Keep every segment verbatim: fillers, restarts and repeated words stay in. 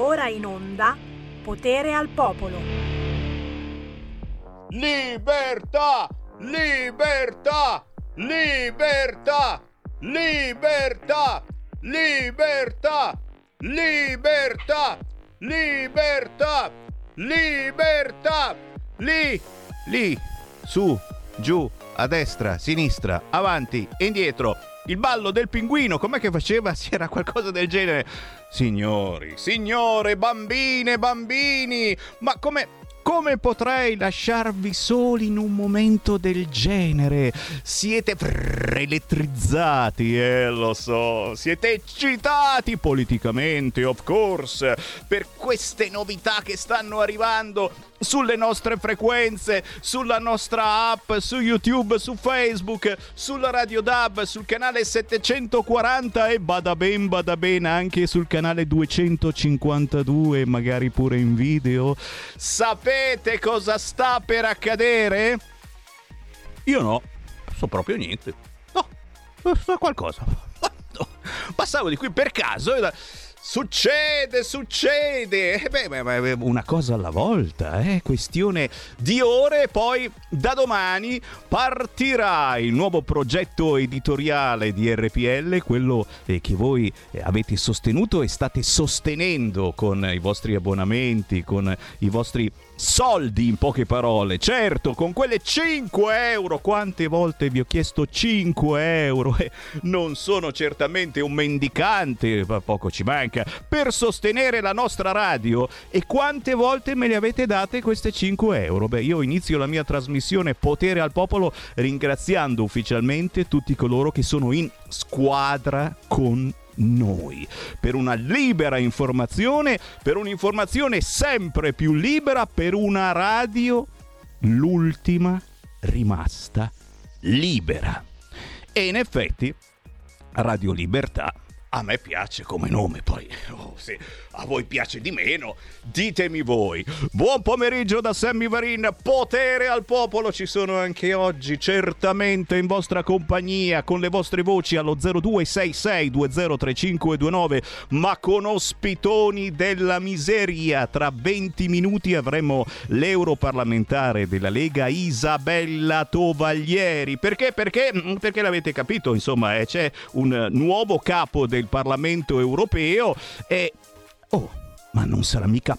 ora in onda Potere al Popolo. Libertà! Libertà! Libertà! Libertà! Libertà! Libertà! Libertà! Libertà! Lì! Lì! Su! Giù! A destra! Sinistra! Avanti! Indietro! Il ballo del pinguino, com'è che faceva? Sì, era qualcosa del genere. Signori, signore, bambine, bambini, ma come... Come potrei lasciarvi soli in un momento del genere? Siete elettrizzati, eh, lo so. Siete eccitati politicamente, of course, per queste novità che stanno arrivando sulle nostre frequenze, sulla nostra app, su YouTube, su Facebook, sulla Radio D A B, sul canale settecentoquaranta e bada ben bada ben anche sul canale duecentocinquantadue, magari pure in video. Sapete cosa sta per accadere? Io no, so proprio niente. No, so qualcosa. No. Passavo di qui per caso e... Succede, succede, eh beh, beh, una cosa alla volta, è eh? questione di ore. Poi da domani partirà il nuovo progetto editoriale di R P L, quello eh, che voi eh, avete sostenuto e state sostenendo con i vostri abbonamenti, con i vostri soldi, in poche parole. Certo, con quelle cinque euro, quante volte vi ho chiesto cinque euro, e eh, non sono certamente un mendicante, ma poco ci manca, per sostenere la nostra radio. E quante volte me le avete date queste cinque euro? Beh, io inizio la mia trasmissione Potere al Popolo ringraziando ufficialmente tutti coloro che sono in squadra con noi, per una libera informazione, per un'informazione sempre più libera, per una radio, l'ultima rimasta libera. E in effetti Radio Libertà a me piace come nome, poi oh, se a voi piace di meno, ditemi voi. Buon pomeriggio da Sammy Varin, Potere al Popolo. Ci sono anche oggi, certamente in vostra compagnia, con le vostre voci allo zero due sei sei due zero tre cinque due nove, ma con ospitoni della miseria. Tra venti minuti avremo l'europarlamentare della Lega Isabella Tovaglieri. Perché? Perché? Perché l'avete capito, insomma, eh, c'è un nuovo capo del Parlamento europeo e... Oh, ma non sarà mica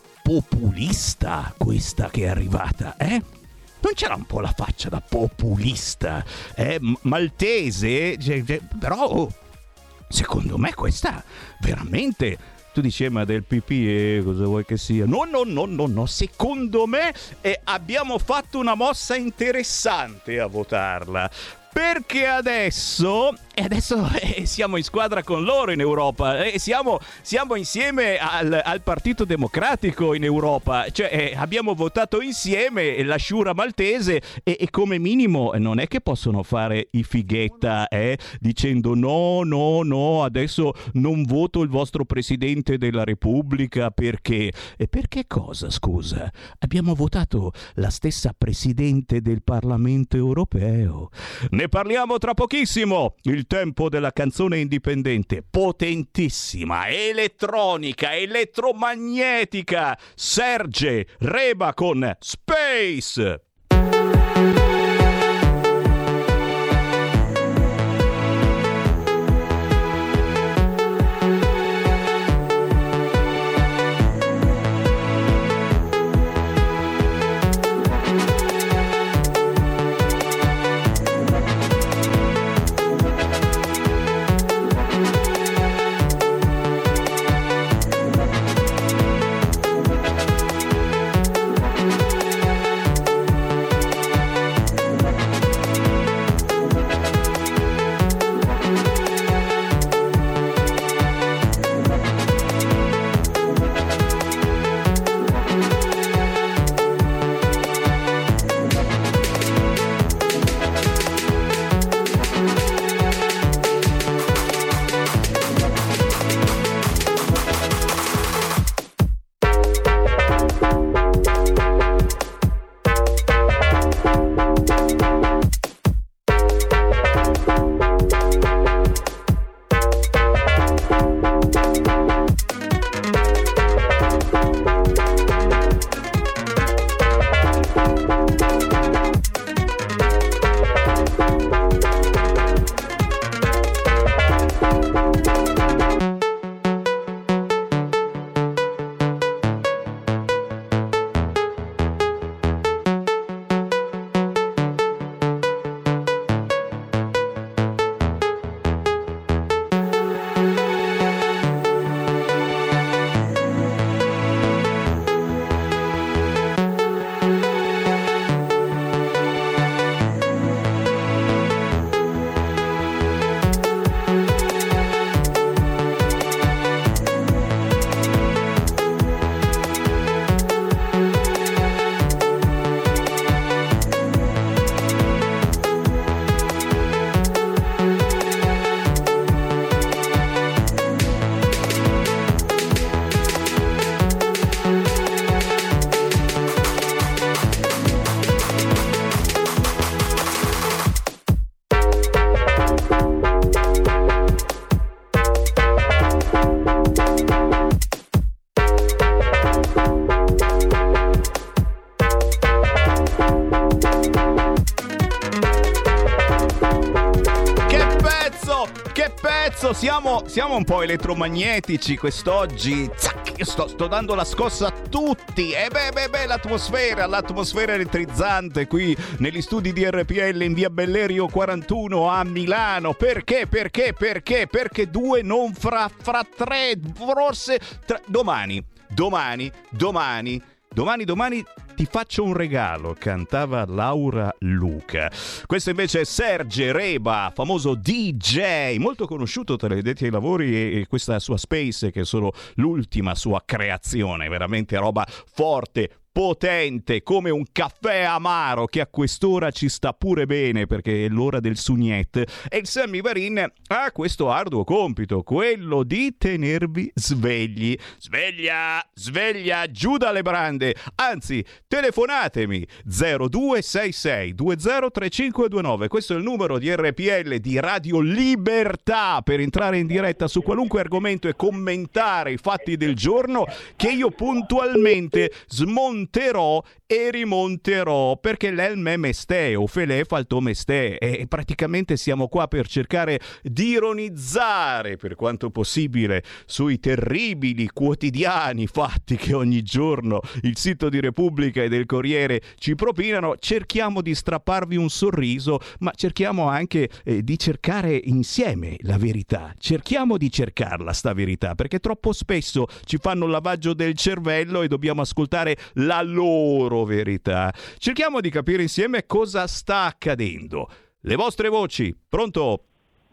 populista questa che è arrivata, eh? Non c'era un po' la faccia da populista, eh? Maltese, però oh, secondo me questa veramente... Tu dici, ma del P P E cosa vuoi che sia? No, no, no, no, no. Secondo me eh, abbiamo fatto una mossa interessante a votarla. Perché adesso, e adesso eh, siamo in squadra con loro in Europa, eh, siamo, siamo insieme al, al Partito Democratico in Europa, cioè eh, abbiamo votato insieme la sciura maltese e, e come minimo non è che possono fare i fighetta eh, dicendo no, no, no, adesso non voto il vostro Presidente della Repubblica perché... E perché cosa, scusa? Abbiamo votato la stessa Presidente del Parlamento Europeo. Ne parliamo tra pochissimo. Il tempo della canzone indipendente, potentissima, elettronica, elettromagnetica. Serge Reba con Space. siamo, siamo un po' elettromagnetici quest'oggi. Zac, io sto, sto dando la scossa a tutti. E beh, beh, beh, l'atmosfera, l'atmosfera elettrizzante qui negli studi di R P L in via Bellerio quarantuno a Milano. Perché? Perché? Perché? Perché due non fra, fra tre, forse tre, domani, domani, domani, domani, domani ti faccio un regalo, cantava Laura Luca. Questo invece è Serge Reba, famoso D J, molto conosciuto tra gli addetti ai lavori, e, e questa sua Space che è solo l'ultima sua creazione, veramente roba forte, potente, come un caffè amaro che a quest'ora ci sta pure bene perché è l'ora del sugnet. E il Sammy Varin ha questo arduo compito, quello di tenervi svegli. Sveglia, sveglia, giù dalle brande. Anzi, telefonatemi zero due sei sei due zero tre cinque due nove. Questo è il numero di R P L, di Radio Libertà, per entrare in diretta su qualunque argomento e commentare i fatti del giorno che io puntualmente smonterò e rimonterò, perché l'elme mestè o fele falto mestè, e praticamente siamo qua per cercare di ironizzare per quanto possibile sui terribili quotidiani fatti che ogni giorno il sito di Repubblica e del Corriere ci propinano. Cerchiamo di strapparvi un sorriso, ma cerchiamo anche eh, di cercare insieme la verità. Cerchiamo di cercarla sta verità, perché troppo spesso ci fanno il lavaggio del cervello e dobbiamo ascoltare la loro verità. Cerchiamo di capire insieme cosa sta accadendo. Le vostre voci, pronto?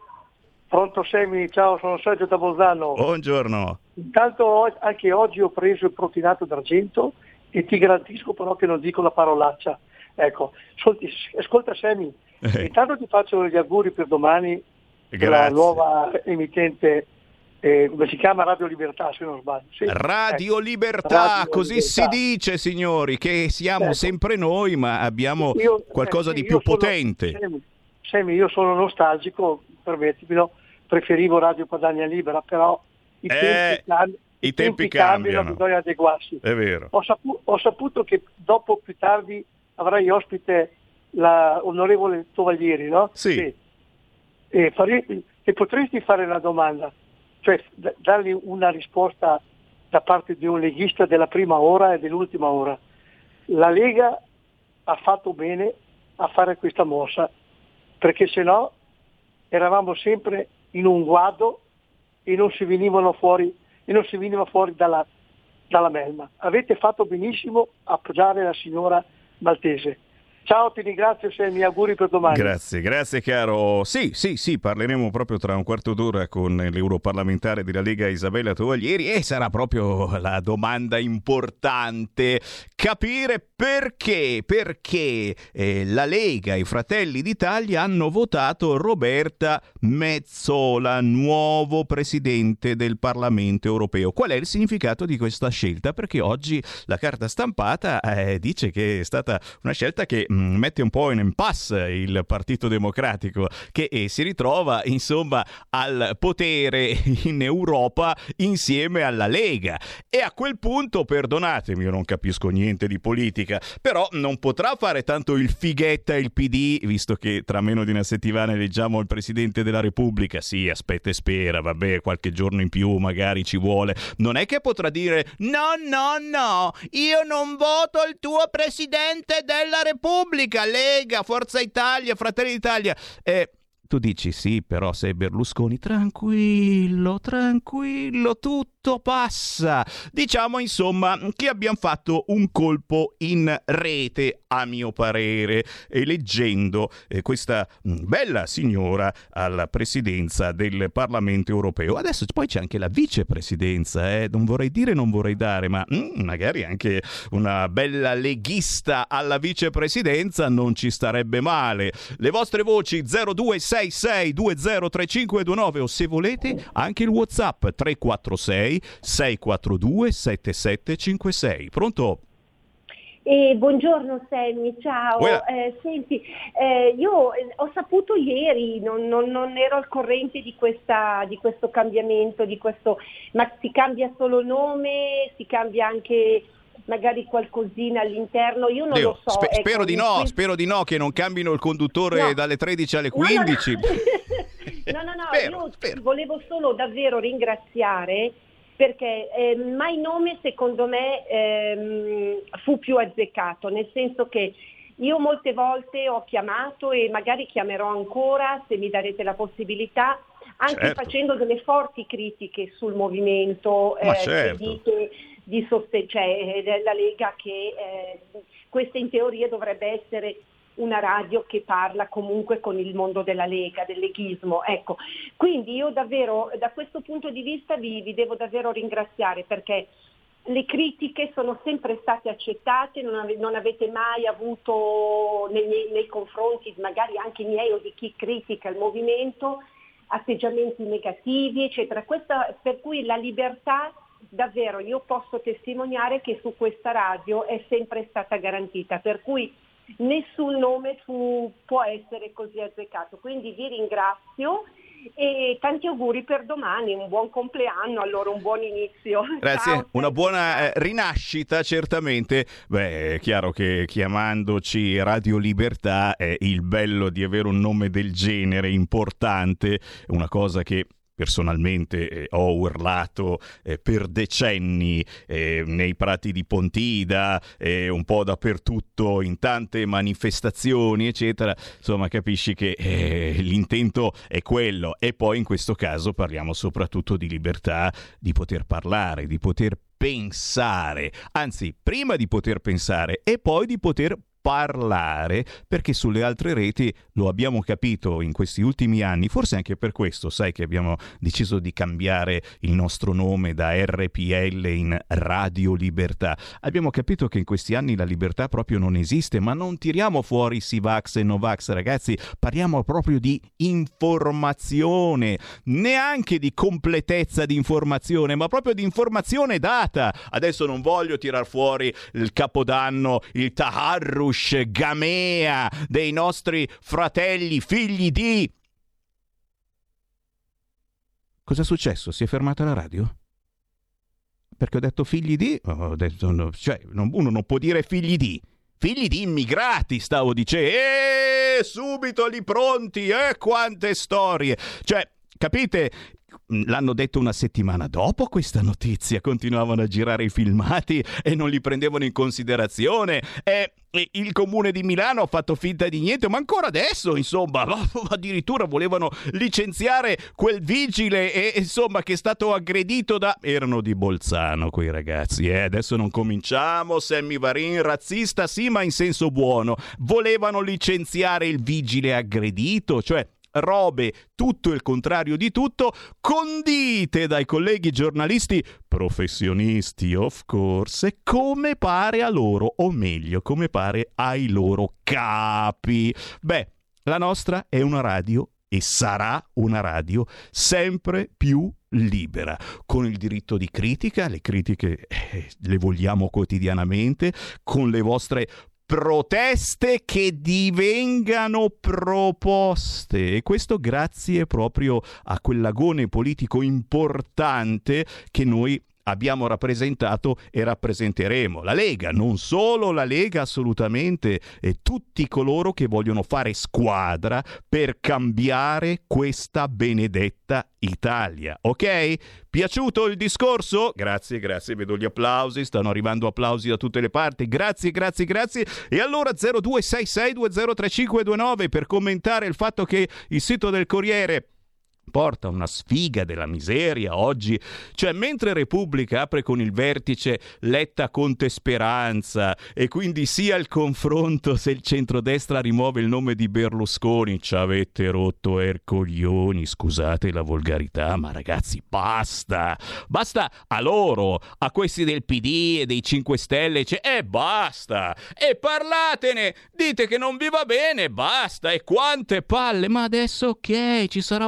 Pronto Semi, ciao, sono Sergio da Bolzano. Buongiorno. Intanto anche oggi ho preso il proteinato d'argento e ti garantisco però che non dico la parolaccia. Ecco, ascolti, ascolta Semi, eh. intanto ti faccio gli auguri per domani per la nuova emittente, eh, come si chiama, Radio Libertà se non sbaglio. Sì. Radio ecco. Libertà, Radio così Libertà. Si dice, signori, che siamo ecco. sempre noi, ma abbiamo io, qualcosa eh, sì, di più sono, potente. Semi, Semi, io sono nostalgico, permettimelo, preferivo Radio Padania Libera, però i eh, tempi, cambi, i i tempi tempi cambiano, cambiano, bisogna adeguarsi. È vero. Ho, sapu- ho saputo che dopo più tardi avrai ospite la onorevole Tovaglieri, no? Sì. sì. E, fare- e potresti fare una domanda, cioè d- dargli una risposta da parte di un leghista della prima ora e dell'ultima ora. La Lega ha fatto bene a fare questa mossa, perché se no eravamo sempre in un guado e non si venivano fuori e non si veniva fuori dalla, dalla melma. Avete fatto benissimo a appoggiare la signora Maltese. Ciao, ti ringrazio, se mi auguri per domani. Grazie, grazie caro. Sì, sì, sì, parleremo proprio tra un quarto d'ora con l'europarlamentare della Lega Isabella Tovaglieri e sarà proprio la domanda importante, capire perché, perché eh, la Lega e i Fratelli d'Italia hanno votato Roberta Metsola, nuovo presidente del Parlamento europeo. Qual è il significato di questa scelta? Perché oggi la carta stampata eh, dice che è stata una scelta che mette un po' in impasse il Partito Democratico, che eh, si ritrova insomma al potere in Europa insieme alla Lega, e a quel punto, perdonatemi, io non capisco niente di politica, però non potrà fare tanto il fighetta il P D, visto che tra meno di una settimana eleggiamo il Presidente della Repubblica. Sì, aspetta e spera, vabbè, qualche giorno in più magari ci vuole. Non è che potrà dire no, no, no, io non voto il tuo Presidente della Repubblica, Lega, Forza Italia, Fratelli d'Italia. Eh, tu dici sì, però sei Berlusconi, tranquillo, tranquillo, tutto passa. Diciamo insomma che abbiamo fatto un colpo in rete, a mio parere, eleggendo eh, questa bella signora alla presidenza del Parlamento europeo. Adesso poi c'è anche la vicepresidenza, eh? non vorrei dire non vorrei dare, ma mm, magari anche una bella leghista alla vicepresidenza non ci starebbe male. Le vostre voci zero due sei sei due zero tre cinque due nove, o se volete anche il WhatsApp tre quattro sei sei quattro due sette sette cinque sei. Pronto? Eh, buongiorno Sammy, ciao. Eh, senti, eh, io eh, ho saputo ieri, non, non, non ero al corrente di, questa, di questo cambiamento, di questo, ma si cambia solo nome, si cambia anche magari qualcosina all'interno, io non Dio, lo so. Spe- spero ecco, di no, quindi... spero di no, che non cambino il conduttore no. dalle tredici alle quindici. No, no, no. No, no, no, spero, io spero. volevo solo davvero ringraziare perché eh, mai nome secondo me ehm, fu più azzeccato, nel senso che io molte volte ho chiamato e magari chiamerò ancora se mi darete la possibilità, anche certo. facendo delle forti critiche sul movimento Ma eh, certo. che dite di soste- cioè, della Lega che eh, questa in teoria dovrebbe essere una radio che parla comunque con il mondo della Lega, del leghismo. Ecco. Quindi io davvero da questo punto di vista vi, vi devo davvero ringraziare perché le critiche sono sempre state accettate, non, ave, non avete mai avuto nei, nei, nei confronti magari anche miei o di chi critica il movimento atteggiamenti negativi, eccetera. Questa, per cui la libertà davvero io posso testimoniare che su questa radio è sempre stata garantita, per cui nessun nome fu, può essere così azzeccato. Quindi vi ringrazio e tanti auguri per domani, un buon compleanno, allora un buon inizio. Grazie, Ciao, una buona eh, ciao. rinascita certamente. Beh, è chiaro che chiamandoci Radio Libertà è il bello di avere un nome del genere importante, una cosa che personalmente eh, ho urlato eh, per decenni eh, nei prati di Pontida, eh, un po' dappertutto, in tante manifestazioni, eccetera. Insomma, capisci che eh, l'intento è quello. E poi in questo caso parliamo soprattutto di libertà, di poter parlare, di poter pensare. Anzi, prima di poter pensare e poi di poter parlare, perché sulle altre reti lo abbiamo capito in questi ultimi anni, forse anche per questo, sai che abbiamo deciso di cambiare il nostro nome da R P L in Radio Libertà. Abbiamo capito che in questi anni la libertà proprio non esiste, ma non tiriamo fuori Sivax e Novax, ragazzi, parliamo proprio di informazione, neanche di completezza di informazione, ma proprio di informazione data. Adesso non voglio tirar fuori il Capodanno, il Taharrush Gamea dei nostri fratelli figli di... Cosa è successo? Si è fermata la radio? Perché ho detto figli di... Ho detto, no, cioè, non, uno non può dire figli di... Figli di immigrati, stavo dicendo. E subito lì pronti, eh, quante storie. Cioè, capite... L'hanno detto una settimana dopo questa notizia, continuavano a girare i filmati e non li prendevano in considerazione e il comune di Milano ha fatto finta di niente, ma ancora adesso insomma addirittura volevano licenziare quel vigile e insomma che è stato aggredito da... erano di Bolzano quei ragazzi, eh? Adesso non cominciamo, Sammy Varin razzista sì ma in senso buono, volevano licenziare il vigile aggredito, cioè robe tutto il contrario di tutto, condite dai colleghi giornalisti professionisti of course, come pare a loro, o meglio come pare ai loro capi. Beh, la nostra è una radio e sarà una radio sempre più libera, con il diritto di critica, le critiche eh, le vogliamo quotidianamente, con le vostre proteste che divengano proposte, e questo grazie proprio a quell'agone politico importante che noi abbiamo rappresentato e rappresenteremo. La Lega, non solo la Lega, assolutamente, e tutti coloro che vogliono fare squadra per cambiare questa benedetta Italia. Ok? Piaciuto il discorso? Grazie, grazie, vedo gli applausi, stanno arrivando applausi da tutte le parti. Grazie, grazie, grazie. E allora zero due sei sei due zero tre cinque due nove per commentare il fatto che il sito del Corriere porta una sfiga della miseria oggi, cioè mentre Repubblica apre con il vertice Letta Conte Speranza e quindi sia il confronto se il centrodestra rimuove il nome di Berlusconi, ci avete rotto ercoglioni, scusate la volgarità, ma ragazzi basta, basta a loro, a questi del P D e dei cinque Stelle, cioè, e eh, basta, e parlatene, dite che non vi va bene, basta, e quante palle, ma adesso ok, ci sarà un altro nome,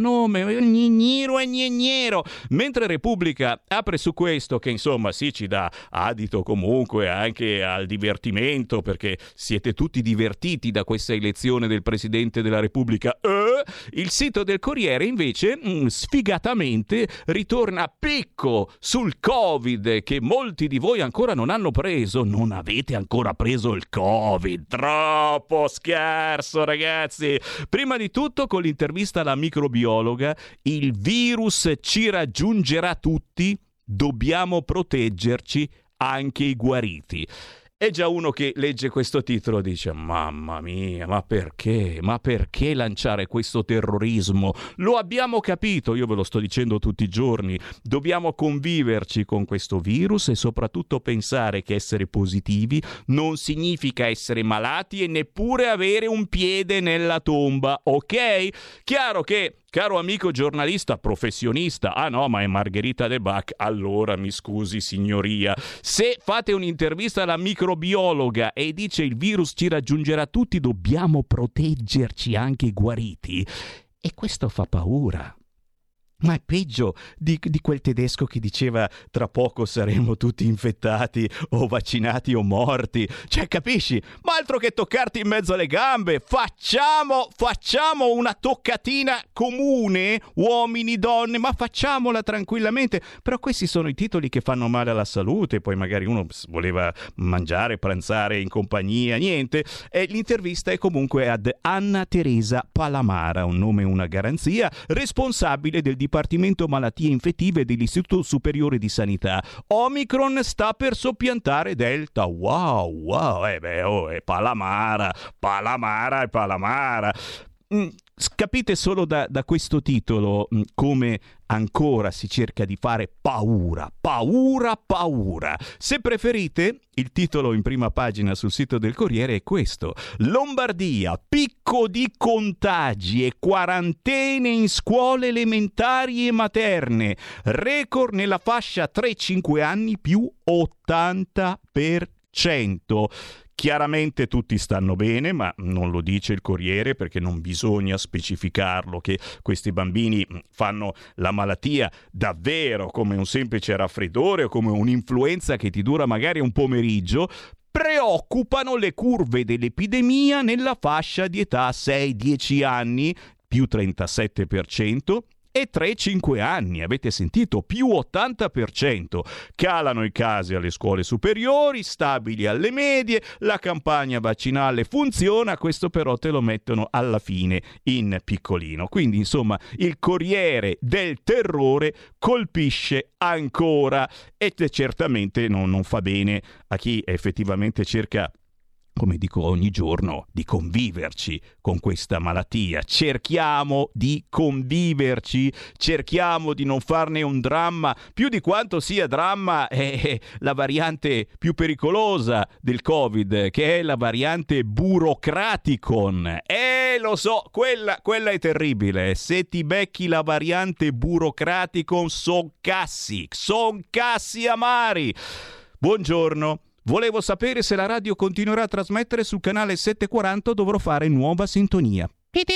nome, Gnigniro e Gnignero. Mentre Repubblica apre su questo, che insomma sì, ci dà adito comunque anche al divertimento, perché siete tutti divertiti da questa elezione del Presidente della Repubblica. Eh? Il sito del Corriere invece mh, sfigatamente ritorna a picco sul Covid, che molti di voi ancora non hanno preso. Non avete ancora preso il Covid, troppo scarso, ragazzi. Prima di tutto, con l'intervista alla microbiologa, il virus ci raggiungerà tutti, dobbiamo proteggerci, anche i guariti. E già uno che legge questo titolo dice: mamma mia, ma perché? Ma perché lanciare questo terrorismo? Lo abbiamo capito, io ve lo sto dicendo tutti i giorni, dobbiamo conviverci con questo virus e soprattutto pensare che essere positivi non significa essere malati e neppure avere un piede nella tomba, ok? Chiaro che, caro amico giornalista professionista, ah no, ma è Margherita De Bach, allora mi scusi signoria, se fate un'intervista alla microbiologa e dice il virus ci raggiungerà tutti, dobbiamo proteggerci anche i guariti, e questo fa paura. Ma è peggio di, di quel tedesco che diceva tra poco saremo tutti infettati o vaccinati o morti. Cioè, capisci? Ma altro che toccarti in mezzo alle gambe. Facciamo, facciamo una toccatina comune, uomini, donne, ma facciamola tranquillamente. Però questi sono i titoli che fanno male alla salute. Poi magari uno voleva mangiare, pranzare in compagnia, niente. E l'intervista è comunque ad Anna Teresa Palamara, un nome e una garanzia, responsabile del Dipartimento Malattie Infettive dell'Istituto Superiore di Sanità. Omicron sta per soppiantare Delta. Wow, wow, eh beh, oh, è Palamara, Palamara e Palamara. Mm, capite solo da, da questo titolo mh, come ancora si cerca di fare paura, paura, paura. Se preferite, il titolo in prima pagina sul sito del Corriere è questo: Lombardia, picco di contagi e quarantene in scuole elementari e materne, record nella fascia tre cinque anni più ottanta per cento. Chiaramente tutti stanno bene, ma non lo dice il Corriere perché non bisogna specificarlo che questi bambini fanno la malattia davvero come un semplice raffreddore o come un'influenza che ti dura magari un pomeriggio. Preoccupano le curve dell'epidemia nella fascia di età sei dieci anni, più trentasette per cento, e tre cinque anni, avete sentito, più ottanta per cento. Calano i casi alle scuole superiori, stabili alle medie, la campagna vaccinale funziona, questo però te lo mettono alla fine in piccolino. Quindi insomma il Corriere del terrore colpisce ancora, e certamente non, non fa bene a chi effettivamente cerca, come dico ogni giorno, di conviverci con questa malattia. Cerchiamo di conviverci, cerchiamo di non farne un dramma, più di quanto sia dramma è la variante più pericolosa del Covid, che è la variante burocraticon. Eh, lo so, quella, quella è terribile. Se ti becchi la variante burocraticon, son cassi, son cassi amari. Buongiorno. Volevo sapere se la radio continuerà a trasmettere sul canale settecentoquaranta o dovrò fare nuova sintonia.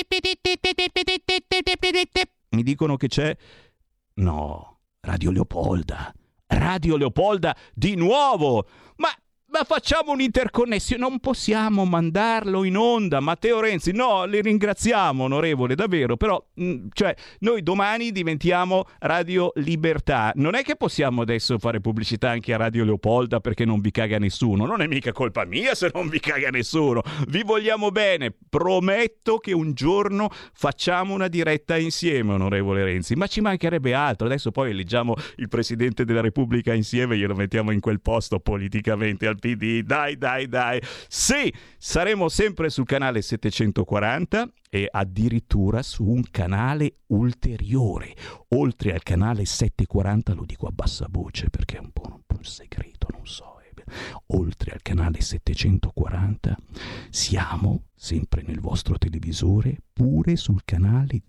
Mi dicono che c'è... No, Radio Leopolda. Radio Leopolda di nuovo! Ma... Ma facciamo un'interconnessione, non possiamo mandarlo in onda, Matteo Renzi. No, le ringraziamo, onorevole, davvero, però mh, cioè noi domani diventiamo Radio Libertà. Non è che possiamo adesso fare pubblicità anche a Radio Leopolda perché non vi caga nessuno. Non è mica colpa mia se non vi caga nessuno. Vi vogliamo bene. Prometto che un giorno facciamo una diretta insieme, onorevole Renzi. Ma ci mancherebbe altro. Adesso poi eleggiamo il Presidente della Repubblica insieme e glielo mettiamo in quel posto politicamente al P D, dai dai dai. Sì, saremo sempre sul canale settecentoquaranta e addirittura su un canale ulteriore, oltre al canale settecentoquaranta, lo dico a bassa voce perché è un po' un, po' un segreto, non so. Eh. Oltre al canale settecentoquaranta siamo sempre nel vostro televisore pure sul canale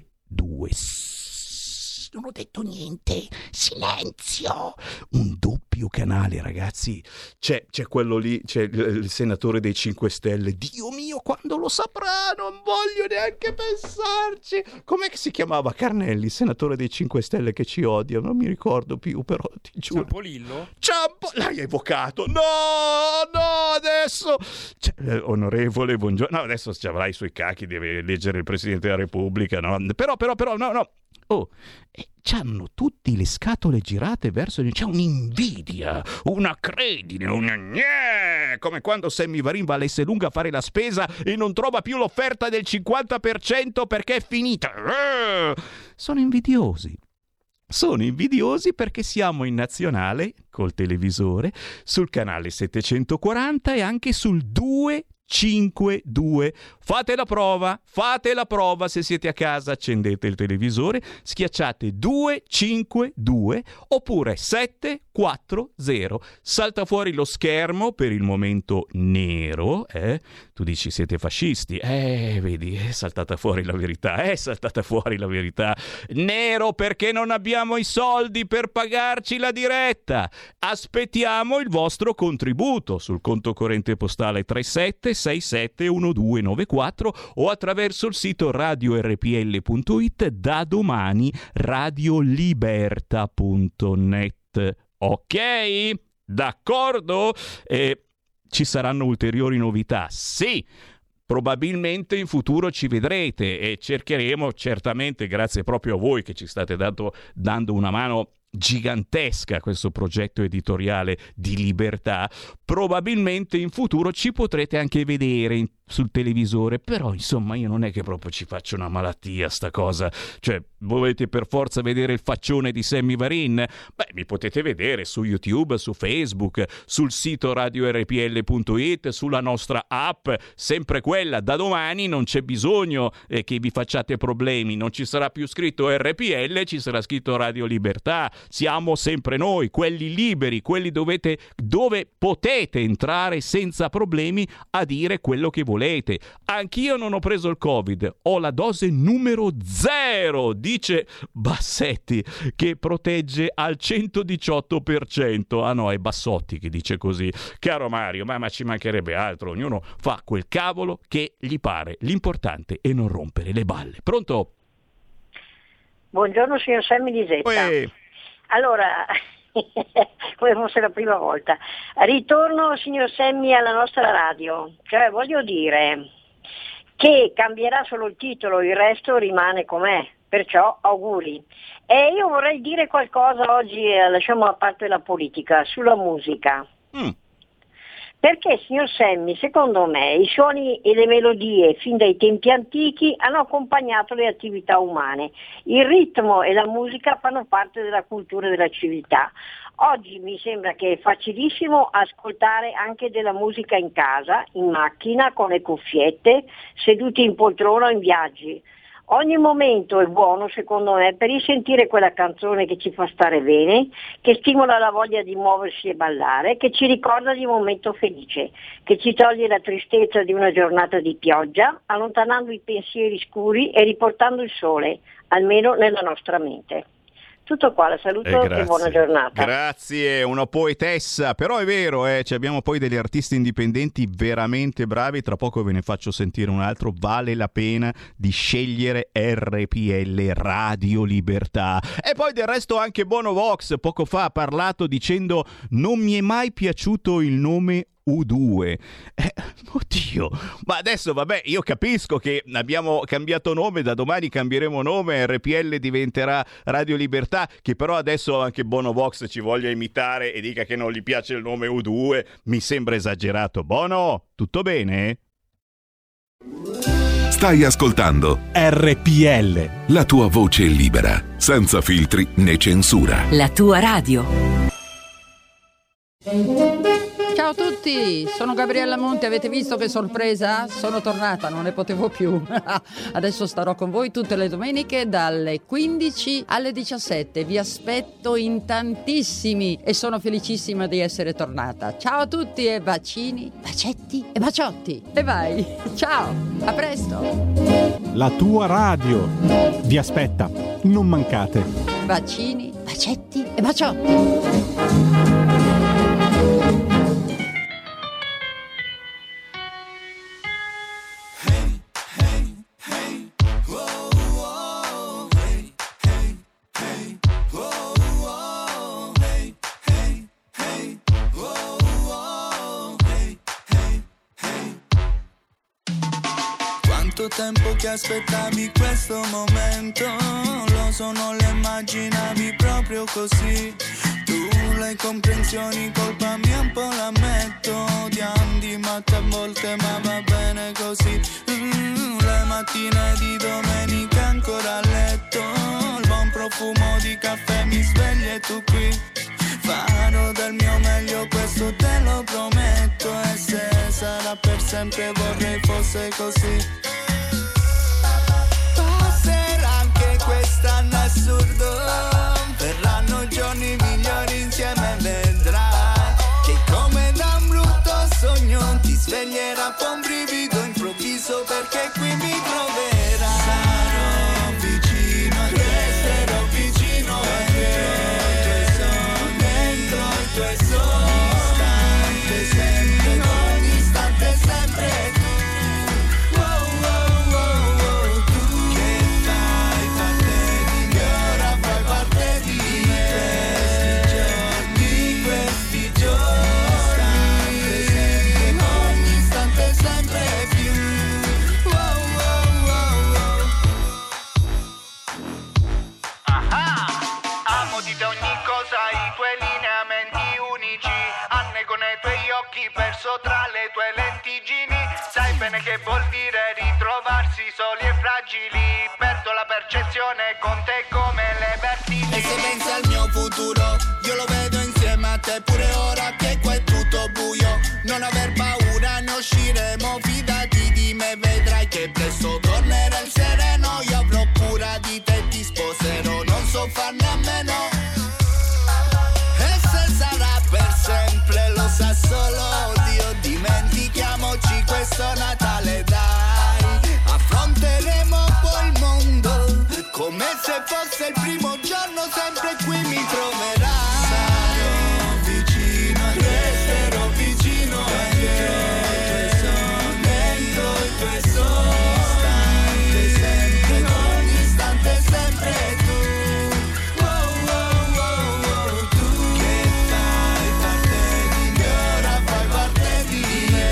duecentocinquantadue. Non ho detto niente, silenzio, un doppio più canali, ragazzi. C'è, c'è quello lì, c'è il, il senatore dei cinque Stelle. Dio mio, quando lo saprà, non voglio neanche pensarci. Com'è che si chiamava? Carnelli, senatore dei cinque Stelle che ci odia, non mi ricordo più, però ti giuro. Ciampolillo? Ciampo... L'hai evocato? No, no, adesso... Cioè, eh, onorevole, buongiorno. No, adesso ci avrai i suoi cacchi, deve leggere il Presidente della Repubblica, no? Però, però, però, no, no. Oh, e c'hanno tutti le scatole girate verso... C'è un'invidia, una credine, un gnè, come quando Sammy Varin va all'Esselunga a fare la spesa e non trova più l'offerta del cinquanta per cento perché è finita. Eh, sono invidiosi. Sono invidiosi perché siamo in nazionale, col televisore, sul canale settecentoquaranta e anche sul due cinquantadue. Fate la prova, fate la prova se siete a casa, accendete il televisore, schiacciate due cinquantadue oppure sette quattro zero. Salta fuori lo schermo per il momento nero, eh? Tu dici siete fascisti, eh, vedi, è saltata fuori la verità, è saltata fuori la verità. Nero perché non abbiamo i soldi per pagarci la diretta. Aspettiamo il vostro contributo sul conto corrente postale tre sette sei sette uno due nove quattro o attraverso il sito radio erre pi elle punto it, da domani radioliberta punto net. Ok? D'accordo? Eh, ci saranno ulteriori novità? Sì! Probabilmente in futuro ci vedrete e cercheremo, certamente grazie proprio a voi che ci state dando, dando una mano gigantesca a questo progetto editoriale di libertà, probabilmente in futuro ci potrete anche vedere in, sul televisore, però insomma io non è che proprio ci faccio una malattia sta cosa, cioè volete per forza vedere il faccione di Sammy Varin? Beh, mi potete vedere su YouTube, su Facebook, sul sito radio erre pi elle punto it, sulla nostra app, sempre quella. Da domani non c'è bisogno eh, che vi facciate problemi, non ci sarà più scritto erre pi elle, ci sarà scritto Radio Libertà. Siamo sempre noi, quelli liberi, quelli dovete, dove potete entrare senza problemi a dire quello che volete. Anch'io non ho preso il Covid, ho la dose numero zero, dice Bassetti, che protegge al centodiciotto per cento. Ah no, è Bassotti che dice così. Caro Mario, ma, ma ci mancherebbe altro, ognuno fa quel cavolo che gli pare. L'importante è non rompere le balle. Pronto? Buongiorno signor Sammy di Zetta. Uè. Allora, come fosse la prima volta, ritorno signor Sammy alla nostra radio, cioè voglio dire che cambierà solo il titolo, il resto rimane com'è, perciò auguri. E io vorrei dire qualcosa oggi, eh, lasciamo a parte la politica, sulla musica. Mm. Perché, signor Sammy, secondo me i suoni e le melodie fin dai tempi antichi hanno accompagnato le attività umane. Il ritmo e la musica fanno parte della cultura e della civiltà. Oggi mi sembra che è facilissimo ascoltare anche della musica in casa, in macchina, con le cuffiette, seduti in poltrona o in viaggi. Ogni momento è buono, secondo me, per risentire quella canzone che ci fa stare bene, che stimola la voglia di muoversi e ballare, che ci ricorda di un momento felice, che ci toglie la tristezza di una giornata di pioggia, allontanando i pensieri scuri e riportando il sole, almeno nella nostra mente. Tutto qua, la saluto eh, e buona giornata. Grazie, una poetessa, però è vero, eh, abbiamo poi degli artisti indipendenti veramente bravi, tra poco ve ne faccio sentire un altro, vale la pena di scegliere erre pi elle Radio Libertà. E poi del resto anche Bono Vox poco fa ha parlato dicendo non mi è mai piaciuto il nome U due. Eh, oddio, ma adesso vabbè, io capisco che abbiamo cambiato nome, da domani cambieremo nome, erre pi elle diventerà Radio Libertà, che però adesso anche Bono Vox ci voglia imitare e dica che non gli piace il nome U due, mi sembra esagerato. Bono, tutto bene? Stai ascoltando erre pi elle, la tua voce libera, senza filtri né censura. La tua radio. Ciao a tutti, sono Gabriella Monti, avete visto che sorpresa? Sono tornata, non ne potevo più. Adesso starò con voi tutte le domeniche dalle quindici alle diciassette, vi aspetto in tantissimi e sono felicissima di essere tornata. Ciao a tutti e bacini, bacetti e baciotti. E vai, ciao, a presto. La tua radio vi aspetta, non mancate. Bacini, bacetti e baciotti. tanto tempo che aspettavi questo momento, lo so, non lo immaginavi proprio così. Tu le comprensioni, colpa mia un po' l'ammetto. Ti andi matta a volte ma va bene così. mm, Le mattine di domenica ancora a letto, il buon profumo di caffè mi sveglia e tu qui. Farò del mio meglio, questo te lo prometto. E se sarà per sempre vorrei fosse così. Passerà anche quest'anno assurdo, verranno giorni migliori insieme, vedrai che come da un brutto sogno ti sveglierà poi un brivido improvviso, perché qui mi troverai. Sarò vicino a te, resterò vicino a te, dentro i tuoi sogni, istante sempre, ogni istante sempre tu. Wow, wow, wow, wow, tu che fai parte di me, ora fai parte di me. Di questi giorni, istante sempre, ogni istante sempre più. Wow, wow, wow, wow. Ah, amo di te ogni cosa, i tuoi lineamenti unici. Anne con i tuoi occhi perso tra le tue lentiggini. Sai bene che vuol dire ritrovarsi soli e fragili. Perdo la percezione con te come le vertigini. E se pensi al mio futuro, io lo vedo insieme a te. Pure ora che qua è tutto buio, non aver paura, ne usciremo, fidati di me. Vedrai che presto tornerà il sereno. Io avrò cura di te, ti sposerò, non so farne a meno. E se sarà per sempre lo sa solo Dio. Dimentichiamoci questo Natale, dai. Affronteremo poi il mondo come se fosse il primo giorno, sempre qui mi troverai. Sarò vicino a te, resterò vicino a te, dentro i tuoi sogni, istante sempre, ogni istante sempre tu. Wow, wow, wow, wow, tu che fai parte di me, ora fai parte di me.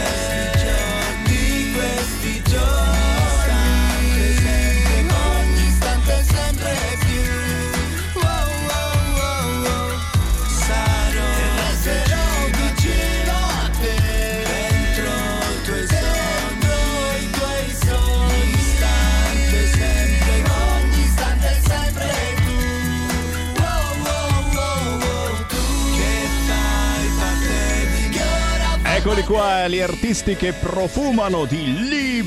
Di questi giorni, istante sempre, ogni istante sempre più. Wow, wow, wow, wow. Sarò e resterò vicino a te, dentro i tuoi sogni, i tuoi sogni, istante sempre, ogni istante sempre tu. Wow, wow, wow, wow, tu che fai parte di me, ora fai Eccoli qua, gli artisti che profumano di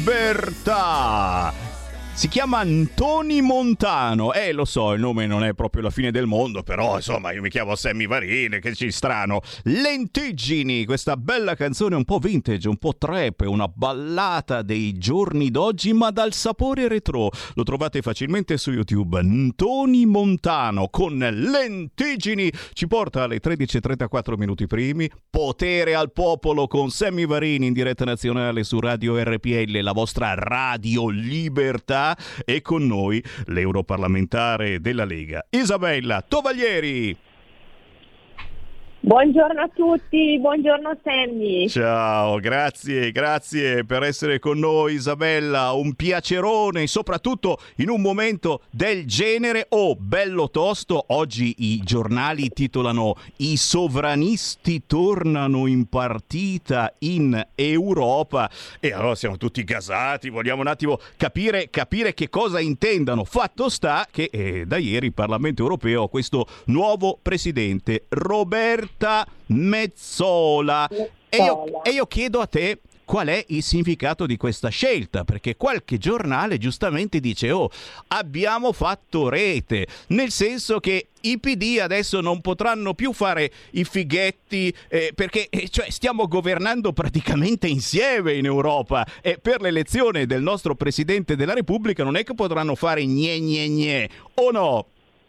libertà. Si chiama Tony Montano. Eh, lo so, il nome non è proprio la fine del mondo, però insomma io mi chiamo Sammy Varin, che ci strano. Lentiggini, questa bella canzone un po' vintage, un po' trap, una ballata dei giorni d'oggi ma dal sapore retro. Lo trovate facilmente su YouTube. Tony Montano con Lentiggini ci porta alle tredici e trentaquattro minuti primi. Potere al popolo con Sammy Varin in diretta nazionale su Radio R P L, la vostra Radio Libertà. E con noi l'europarlamentare della Lega, Isabella Tovaglieri. Buongiorno a tutti, buongiorno Sammy. Ciao, grazie, grazie per essere con noi Isabella, un piacerone, soprattutto in un momento del genere. Oh, bello tosto, oggi i giornali titolano "I sovranisti tornano in partita in Europa" e allora siamo tutti gasati, vogliamo un attimo capire, capire che cosa intendano. Fatto sta che eh, da ieri il Parlamento Europeo ha questo nuovo presidente, Roberta Metsola. E io, e io chiedo a te qual è il significato di questa scelta, perché qualche giornale giustamente dice: oh, abbiamo fatto rete, nel senso che i P D adesso non potranno più fare i fighetti eh, perché eh, cioè, stiamo governando praticamente insieme in Europa e per l'elezione del nostro Presidente della Repubblica non è che potranno fare gne gne gne, o no?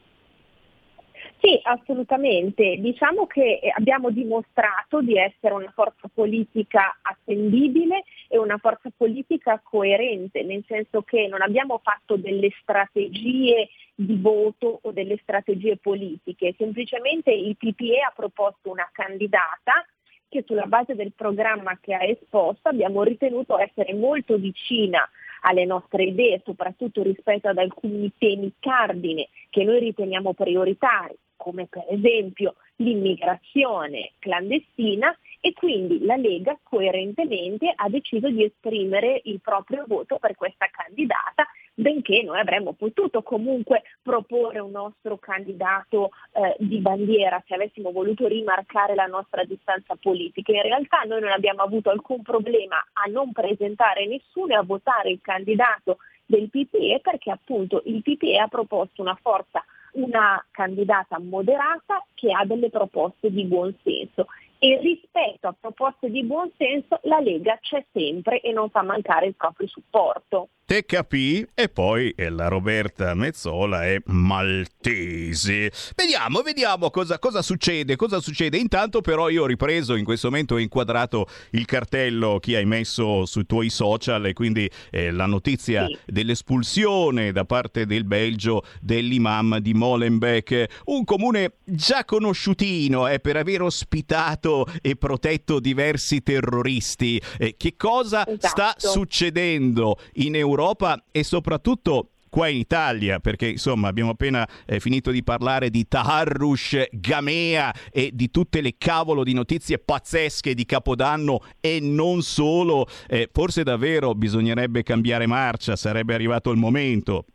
Sì, assolutamente. Diciamo che abbiamo dimostrato di essere una forza politica attendibile e una forza politica coerente, nel senso che non abbiamo fatto delle strategie di voto o delle strategie politiche, semplicemente il P P E ha proposto una candidata che sulla base del programma che ha esposto abbiamo ritenuto essere molto vicina alle nostre idee, soprattutto rispetto ad alcuni temi cardine che noi riteniamo prioritari, come per esempio l'immigrazione clandestina, e quindi la Lega coerentemente ha deciso di esprimere il proprio voto per questa candidata, benché noi avremmo potuto comunque proporre un nostro candidato eh, di bandiera se avessimo voluto rimarcare la nostra distanza politica. In realtà noi non abbiamo avuto alcun problema a non presentare nessuno e a votare il candidato del P P E, perché appunto il P P E ha proposto una forza, una candidata moderata che ha delle proposte di buon senso. E rispetto a proposte di buon senso la Lega c'è sempre e non fa mancare il proprio supporto. Te capì? E poi eh, la Roberta Mezzola è maltese. Vediamo, vediamo cosa, cosa succede, cosa succede. Intanto però io ho ripreso, in questo momento ho inquadrato il cartello che hai messo sui tuoi social, e quindi eh, la notizia sì. dell'espulsione da parte del Belgio dell'imam di Molenbeek, un comune già conosciutino eh, per aver ospitato e protetto diversi terroristi. Eh, che cosa esatto. sta succedendo in Europa? Europa e soprattutto qua in Italia, perché insomma abbiamo appena eh, finito di parlare di Taharrush Gamea e di tutte le cavolo di notizie pazzesche di Capodanno e non solo. Eh, forse davvero bisognerebbe cambiare marcia, sarebbe arrivato il momento.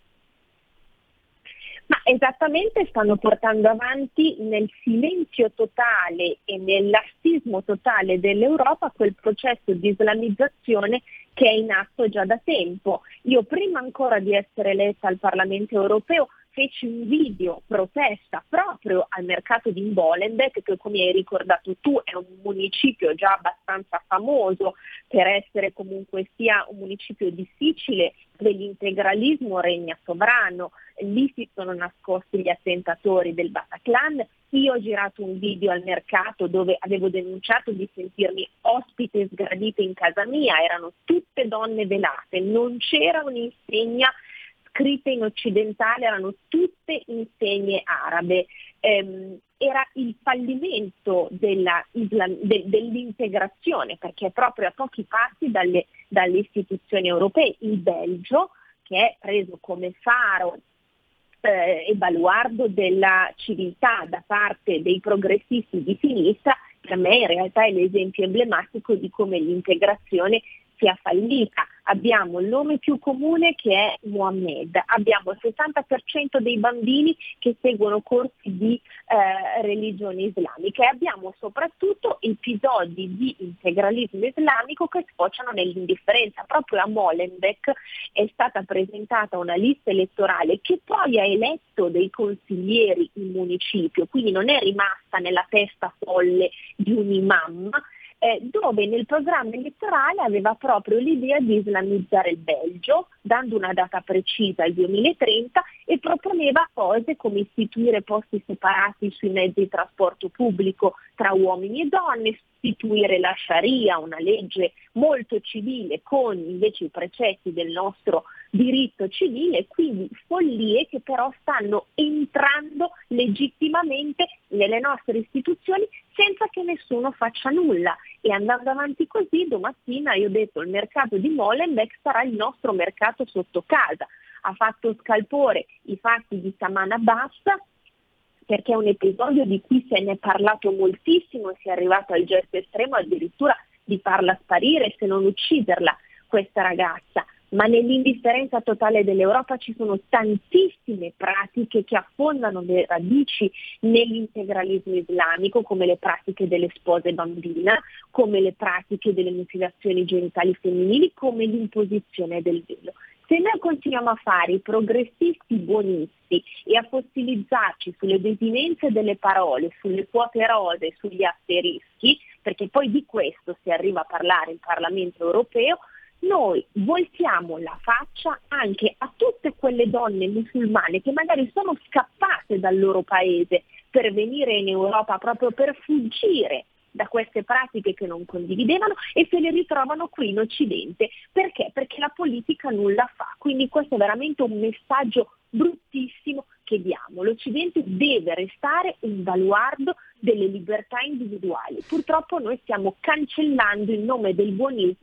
Ma esattamente stanno portando avanti nel silenzio totale e nel lassismo totale dell'Europa quel processo di islamizzazione che è in atto già da tempo. Io prima ancora di essere eletta al Parlamento europeo feci un video protesta proprio al mercato di Molenbeek, che come hai ricordato tu è un municipio già abbastanza famoso per essere comunque sia un municipio difficile, dove l'integralismo regna sovrano. Lì si sono nascosti gli attentatori del Bataclan. Io ho girato un video al mercato dove avevo denunciato di sentirmi ospite sgradita in casa mia, erano tutte donne velate, non c'era un'insegna scritte in occidentale, erano tutte insegne arabe. Ehm, era il fallimento della islam, de, dell'integrazione, perché proprio a pochi passi dalle, dalle istituzioni europee il Belgio, che è preso come faro eh, e baluardo della civiltà da parte dei progressisti di sinistra, per me in realtà è l'esempio emblematico di come l'integrazione sia fallita. Abbiamo il nome più comune che è Mohammed, abbiamo il sessanta per cento dei bambini che seguono corsi di eh, religione islamica e abbiamo soprattutto episodi di integralismo islamico che sfociano nell'indifferenza. Proprio a Molenbeek è stata presentata una lista elettorale che poi ha eletto dei consiglieri in municipio, quindi non è rimasta nella testa folle di un imam, Eh, dove nel programma elettorale aveva proprio l'idea di islamizzare il Belgio, dando una data precisa, il duemilatrenta, e proponeva cose come istituire posti separati sui mezzi di trasporto pubblico tra uomini e donne, istituire la Sharia, una legge molto civile con invece i precetti del nostro diritto civile, quindi follie che però stanno entrando legittimamente nelle nostre istituzioni senza che nessuno faccia nulla. E andando avanti così, domattina io ho detto il mercato di Molenbeek sarà il nostro mercato sotto casa. Ha fatto scalpore i fatti di Saman Abbas, perché è un episodio di cui se ne è parlato moltissimo e si è arrivato al gesto estremo addirittura di farla sparire se non ucciderla questa ragazza. Ma nell'indifferenza totale dell'Europa ci sono tantissime pratiche che affondano le radici nell'integralismo islamico, come le pratiche delle spose bambine, come le pratiche delle mutilazioni genitali femminili, come l'imposizione del velo. Se noi continuiamo a fare i progressisti buonisti e a fossilizzarci sulle desinenze delle parole, sulle quote rose, sugli asterischi, perché poi di questo si arriva a parlare in Parlamento europeo, noi voltiamo la faccia anche a tutte quelle donne musulmane che magari sono scappate dal loro paese per venire in Europa proprio per fuggire da queste pratiche che non condividevano e se le ritrovano qui in Occidente. Perché? Perché la politica nulla fa. Quindi questo è veramente un messaggio bruttissimo che diamo. L'Occidente deve restare un baluardo delle libertà individuali. Purtroppo noi stiamo cancellando in nome del buonismo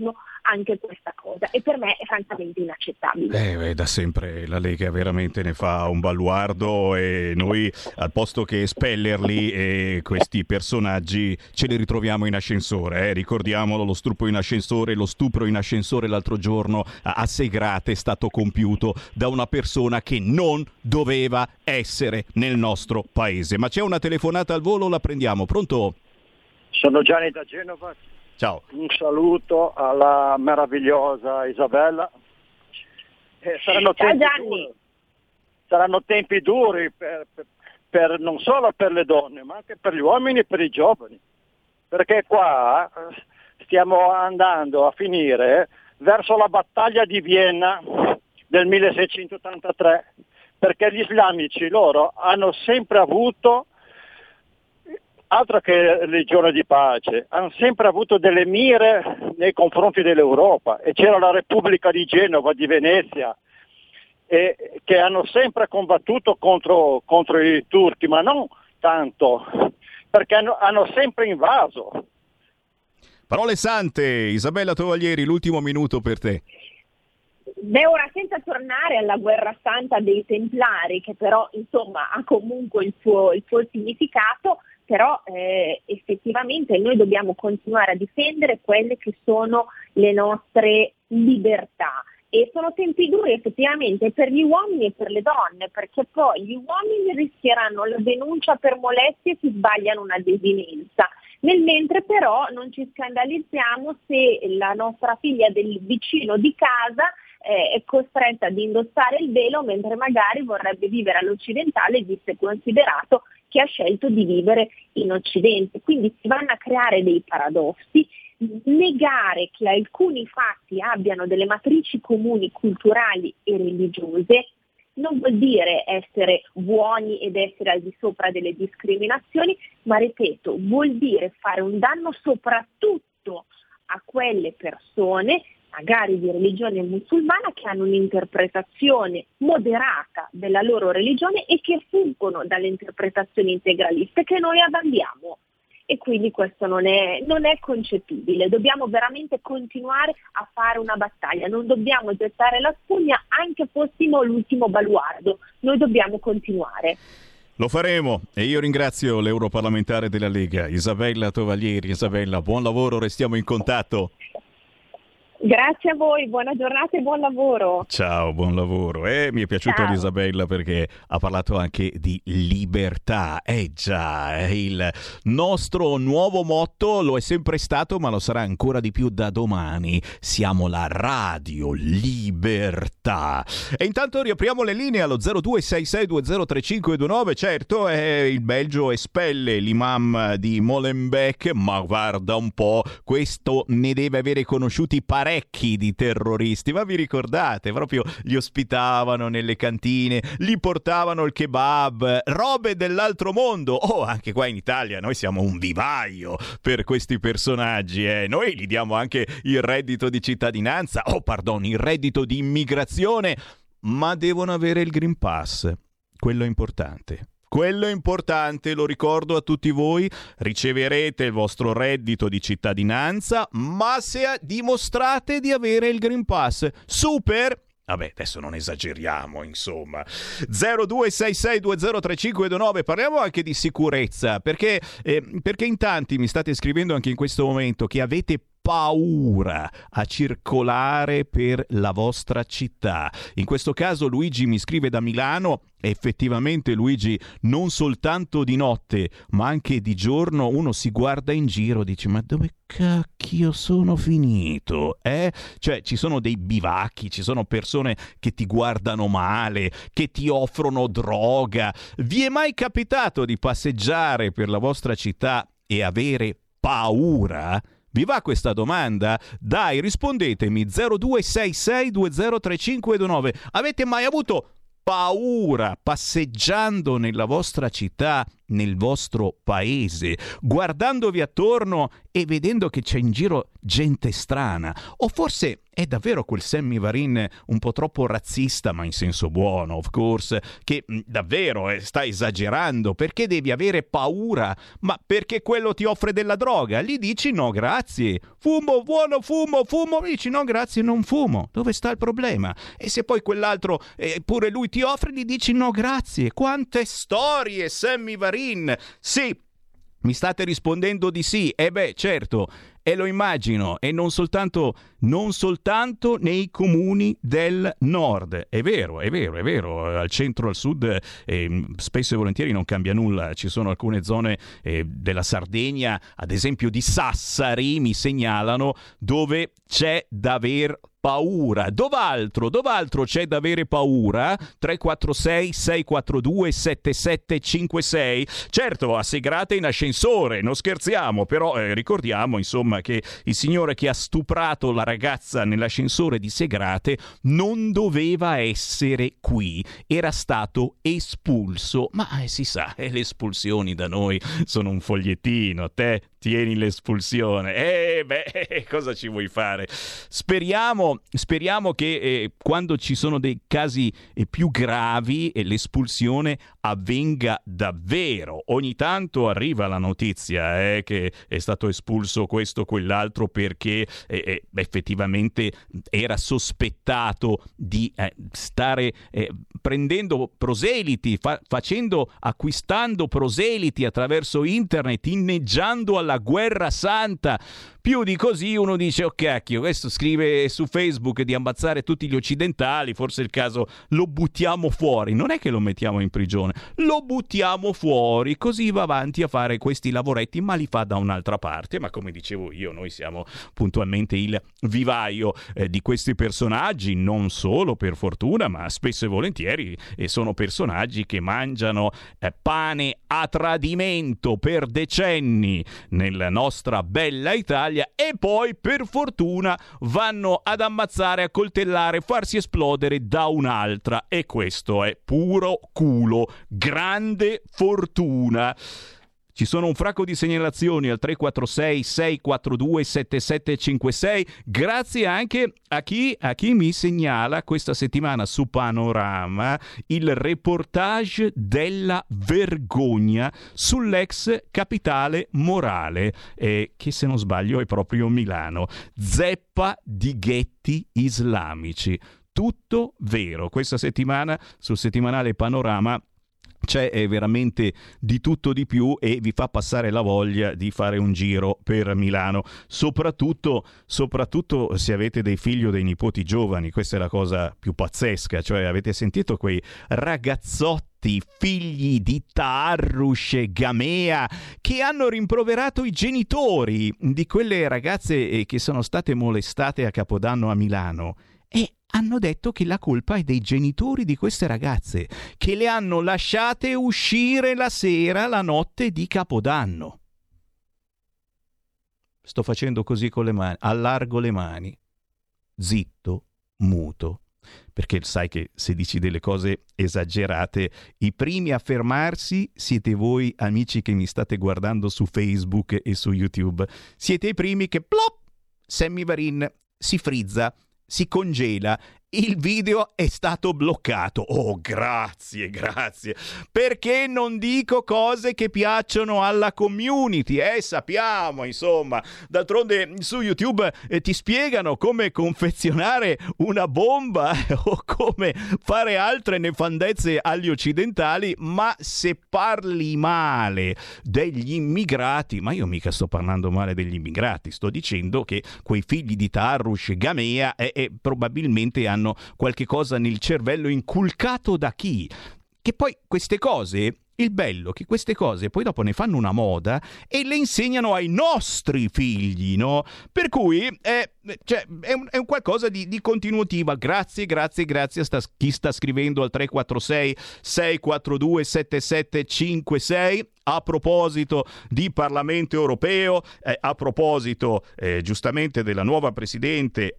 anche questa cosa, e per me è francamente inaccettabile. Eh, beh, da sempre la Lega veramente ne fa un baluardo, e noi al posto che espellerli e questi personaggi ce li ritroviamo in ascensore, eh? Ricordiamolo, lo stupro in ascensore, lo stupro in ascensore l'altro giorno a, a Segrate è stato compiuto da una persona che non doveva essere nel nostro paese. Ma c'è una telefonata al volo, la prendiamo. Pronto? Sono Gianni da Genova. Ciao. Un saluto alla meravigliosa Isabella. Eh, saranno Ciao tempi Gianni. duri, saranno tempi duri per, per, per non solo per le donne, ma anche per gli uomini e per i giovani. Perché qua stiamo andando a finire verso la battaglia di Vienna del milleseicentottantatré, perché gli islamici loro hanno sempre avuto, altro che legione di pace, hanno sempre avuto delle mire nei confronti dell'Europa, e c'era la Repubblica di Genova, di Venezia, e, che hanno sempre combattuto contro, contro i turchi, ma non tanto, perché hanno, hanno sempre invaso. Parole sante, Isabella Tovaglieri, l'ultimo minuto per te. Beh, ora, senza tornare alla guerra santa dei Templari, che però insomma ha comunque il suo, il suo significato, però eh, effettivamente noi dobbiamo continuare a difendere quelle che sono le nostre libertà. E sono tempi duri effettivamente per gli uomini e per le donne, perché poi gli uomini rischieranno la denuncia per molestie se sbagliano una desinenza. Nel mentre però non ci scandalizziamo se la nostra figlia del vicino di casa eh, è costretta ad indossare il velo mentre magari vorrebbe vivere all'occidentale, visto e considerato che ha scelto di vivere in Occidente. Quindi si vanno a creare dei paradossi. Negare che alcuni fatti abbiano delle matrici comuni culturali e religiose non vuol dire essere buoni ed essere al di sopra delle discriminazioni, ma ripeto, vuol dire fare un danno soprattutto a quelle persone, magari di religione musulmana, che hanno un'interpretazione moderata della loro religione e che fuggono dalle interpretazioni integraliste che noi avandiamo. E quindi questo non è, non è concepibile. Dobbiamo veramente continuare a fare una battaglia, non dobbiamo gettare la spugna anche fossimo l'ultimo baluardo, noi dobbiamo continuare. Lo faremo, e io ringrazio l'europarlamentare della Lega, Isabella Tovaglieri. Isabella, buon lavoro, restiamo in contatto. Grazie a voi, buona giornata e buon lavoro. Ciao, buon lavoro. Eh, mi è piaciuto Ciao. di Isabella perché ha parlato anche di libertà. Eh già, è il nostro nuovo motto, lo è sempre stato, ma lo sarà ancora di più da domani. Siamo la Radio Libertà. E intanto riapriamo le linee allo zero due sei sei due zero tre cinque due nove. Certo, eh, il Belgio espelle l'imam di Molenbeek, ma guarda un po', questo ne deve avere conosciuti parecchi di terroristi, ma vi ricordate? Proprio li ospitavano nelle cantine, gli portavano il kebab, robe dell'altro mondo. Oh, anche qua in Italia noi siamo un vivaio per questi personaggi, eh. Noi gli diamo anche il reddito di cittadinanza, oh pardon, il reddito di immigrazione, ma devono avere il Green Pass, quello è importante. Quello è importante, lo ricordo a tutti voi, riceverete il vostro reddito di cittadinanza, ma se dimostrate di avere il Green Pass. Super! Vabbè, adesso non esageriamo, insomma. zero due sei sei due zero tre cinque due nove, parliamo anche di sicurezza, perché, eh, perché in tanti mi state scrivendo anche in questo momento che avete paura a circolare per la vostra città. In questo caso Luigi mi scrive da Milano. Effettivamente, Luigi, non soltanto di notte ma anche di giorno uno si guarda in giro e dice: ma dove cacchio sono finito? Eh? Cioè, ci sono dei bivacchi, ci sono persone che ti guardano male, che ti offrono droga. Vi è mai capitato di passeggiare per la vostra città e avere paura? Vi va questa domanda? Dai, rispondetemi. Zero due sei sei due zero tre cinque due nove. Avete mai avuto paura passeggiando nella vostra città, nel vostro paese, guardandovi attorno e vedendo che c'è in giro gente strana? O forse è davvero quel Sammy Varin un po' troppo razzista, ma in senso buono, of course, che mh, davvero eh, sta esagerando. Perché devi avere paura? Ma perché quello ti offre della droga? Gli dici no grazie, fumo, buono, fumo, fumo, gli dici no grazie, non fumo. Dove sta il problema? E se poi quell'altro, eh, pure lui ti offre, gli dici no grazie. Quante storie, Sammy Varin! Sì, mi state rispondendo di sì, e eh beh certo, e lo immagino, e non soltanto, non soltanto nei comuni del nord. È vero, è vero, è vero, al centro, al sud eh, spesso e volentieri non cambia nulla. Ci sono alcune zone eh, della Sardegna, ad esempio di Sassari, mi segnalano, dove c'è da aver paura. Dov'altro? Dov'altro c'è da avere paura? tre quattro sei sei quattro due sette sette cinque sei. Certo, a Segrate in ascensore, non scherziamo, però eh, ricordiamo insomma che il signore che ha stuprato la ragazza nell'ascensore di Segrate non doveva essere qui, era stato espulso. Ma eh, si sa, eh, le espulsioni da noi sono un fogliettino, te tieni l'espulsione. Eh beh, cosa ci vuoi fare? Speriamo, speriamo che eh, quando ci sono dei casi eh, più gravi eh, l'espulsione avvenga davvero. Ogni tanto arriva la notizia eh, che è stato espulso questo o quell'altro perché eh, eh, effettivamente era sospettato di eh, stare eh, prendendo proseliti, fa- facendo, acquistando proseliti attraverso internet, inneggiando alla guerra santa. Più di così uno dice oh cacchio, questo scrive su Facebook di ammazzare tutti gli occidentali, forse è il caso lo buttiamo fuori. Non è che lo mettiamo in prigione, lo buttiamo fuori, così va avanti a fare questi lavoretti, ma li fa da un'altra parte. Ma come dicevo io, noi siamo puntualmente il vivaio eh, di questi personaggi, non solo per fortuna, ma spesso e volentieri eh, sono personaggi che mangiano eh, pane a tradimento per decenni nella nostra bella Italia, e poi per fortuna vanno ad ammazzare, a coltellare, farsi esplodere da un'altra, e questo è puro culo, grande fortuna. Ci sono un fracco di segnalazioni al tre quattro sei sei quattro due sette sette cinque sei, grazie anche a chi, a chi mi segnala questa settimana su Panorama il reportage della vergogna sull'ex capitale morale, eh, che se non sbaglio è proprio Milano, zeppa di ghetti islamici. Tutto vero. Questa settimana sul settimanale Panorama c'è veramente di tutto di più e vi fa passare la voglia di fare un giro per Milano, soprattutto, soprattutto se avete dei figli o dei nipoti giovani. Questa è la cosa più pazzesca, cioè avete sentito quei ragazzotti figli di Taarrush e Gamea che hanno rimproverato i genitori di quelle ragazze che sono state molestate a Capodanno a Milano, e hanno detto che la colpa è dei genitori di queste ragazze, che le hanno lasciate uscire la sera, la notte di Capodanno. Sto facendo così con le mani, allargo le mani, zitto, muto, perché sai che se dici delle cose esagerate, i primi a fermarsi siete voi, amici che mi state guardando su Facebook e su YouTube. Siete i primi che plop, Sammy Varin si frizza, si congela, il video è stato bloccato. Oh, grazie, grazie. Perché non dico cose che piacciono alla community, eh? Sappiamo, insomma. D'altronde su YouTube eh, ti spiegano come confezionare una bomba o come fare altre nefandezze agli occidentali, ma se parli male degli immigrati, ma io mica sto parlando male degli immigrati, sto dicendo che quei figli di Taarrush e Gamea eh, eh, probabilmente hanno qualche cosa nel cervello inculcato da chi? Che poi queste cose, il bello che queste cose poi dopo ne fanno una moda e le insegnano ai nostri figli, no? Per cui è, cioè, è, un, è un qualcosa di, di continuativa. Grazie, grazie, grazie a sta, chi sta scrivendo al tre quattro sei sei quattro due sette sette cinque sei. A proposito di Parlamento europeo, eh, a proposito eh, giustamente della nuova presidente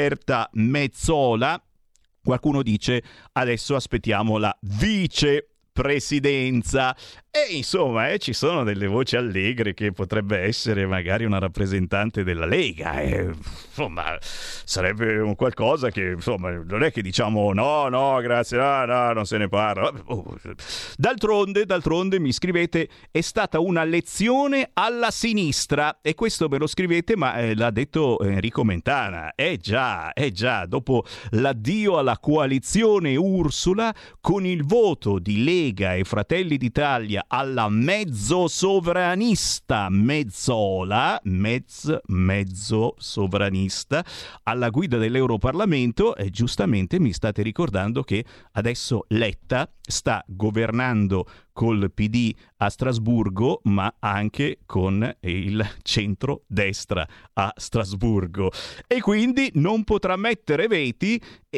Roberta Metsola, qualcuno dice adesso aspettiamo la vice presidenza. E insomma eh, ci sono delle voci allegre che potrebbe essere magari una rappresentante della Lega, e, insomma sarebbe un qualcosa che insomma non è che diciamo no no grazie no no non se ne parla. D'altronde, d'altronde mi scrivete è stata una lezione alla sinistra, e questo me lo scrivete, ma eh, l'ha detto Enrico Mentana. Eh già, eh già, dopo l'addio alla coalizione Ursula, con il voto di Lega e Fratelli d'Italia alla mezzo sovranista Mezzola, mezzo, mezzo sovranista alla guida dell'Europarlamento, e giustamente mi state ricordando che adesso Letta sta governando col P D a Strasburgo, ma anche con il centro-destra a Strasburgo, e quindi non potrà mettere veti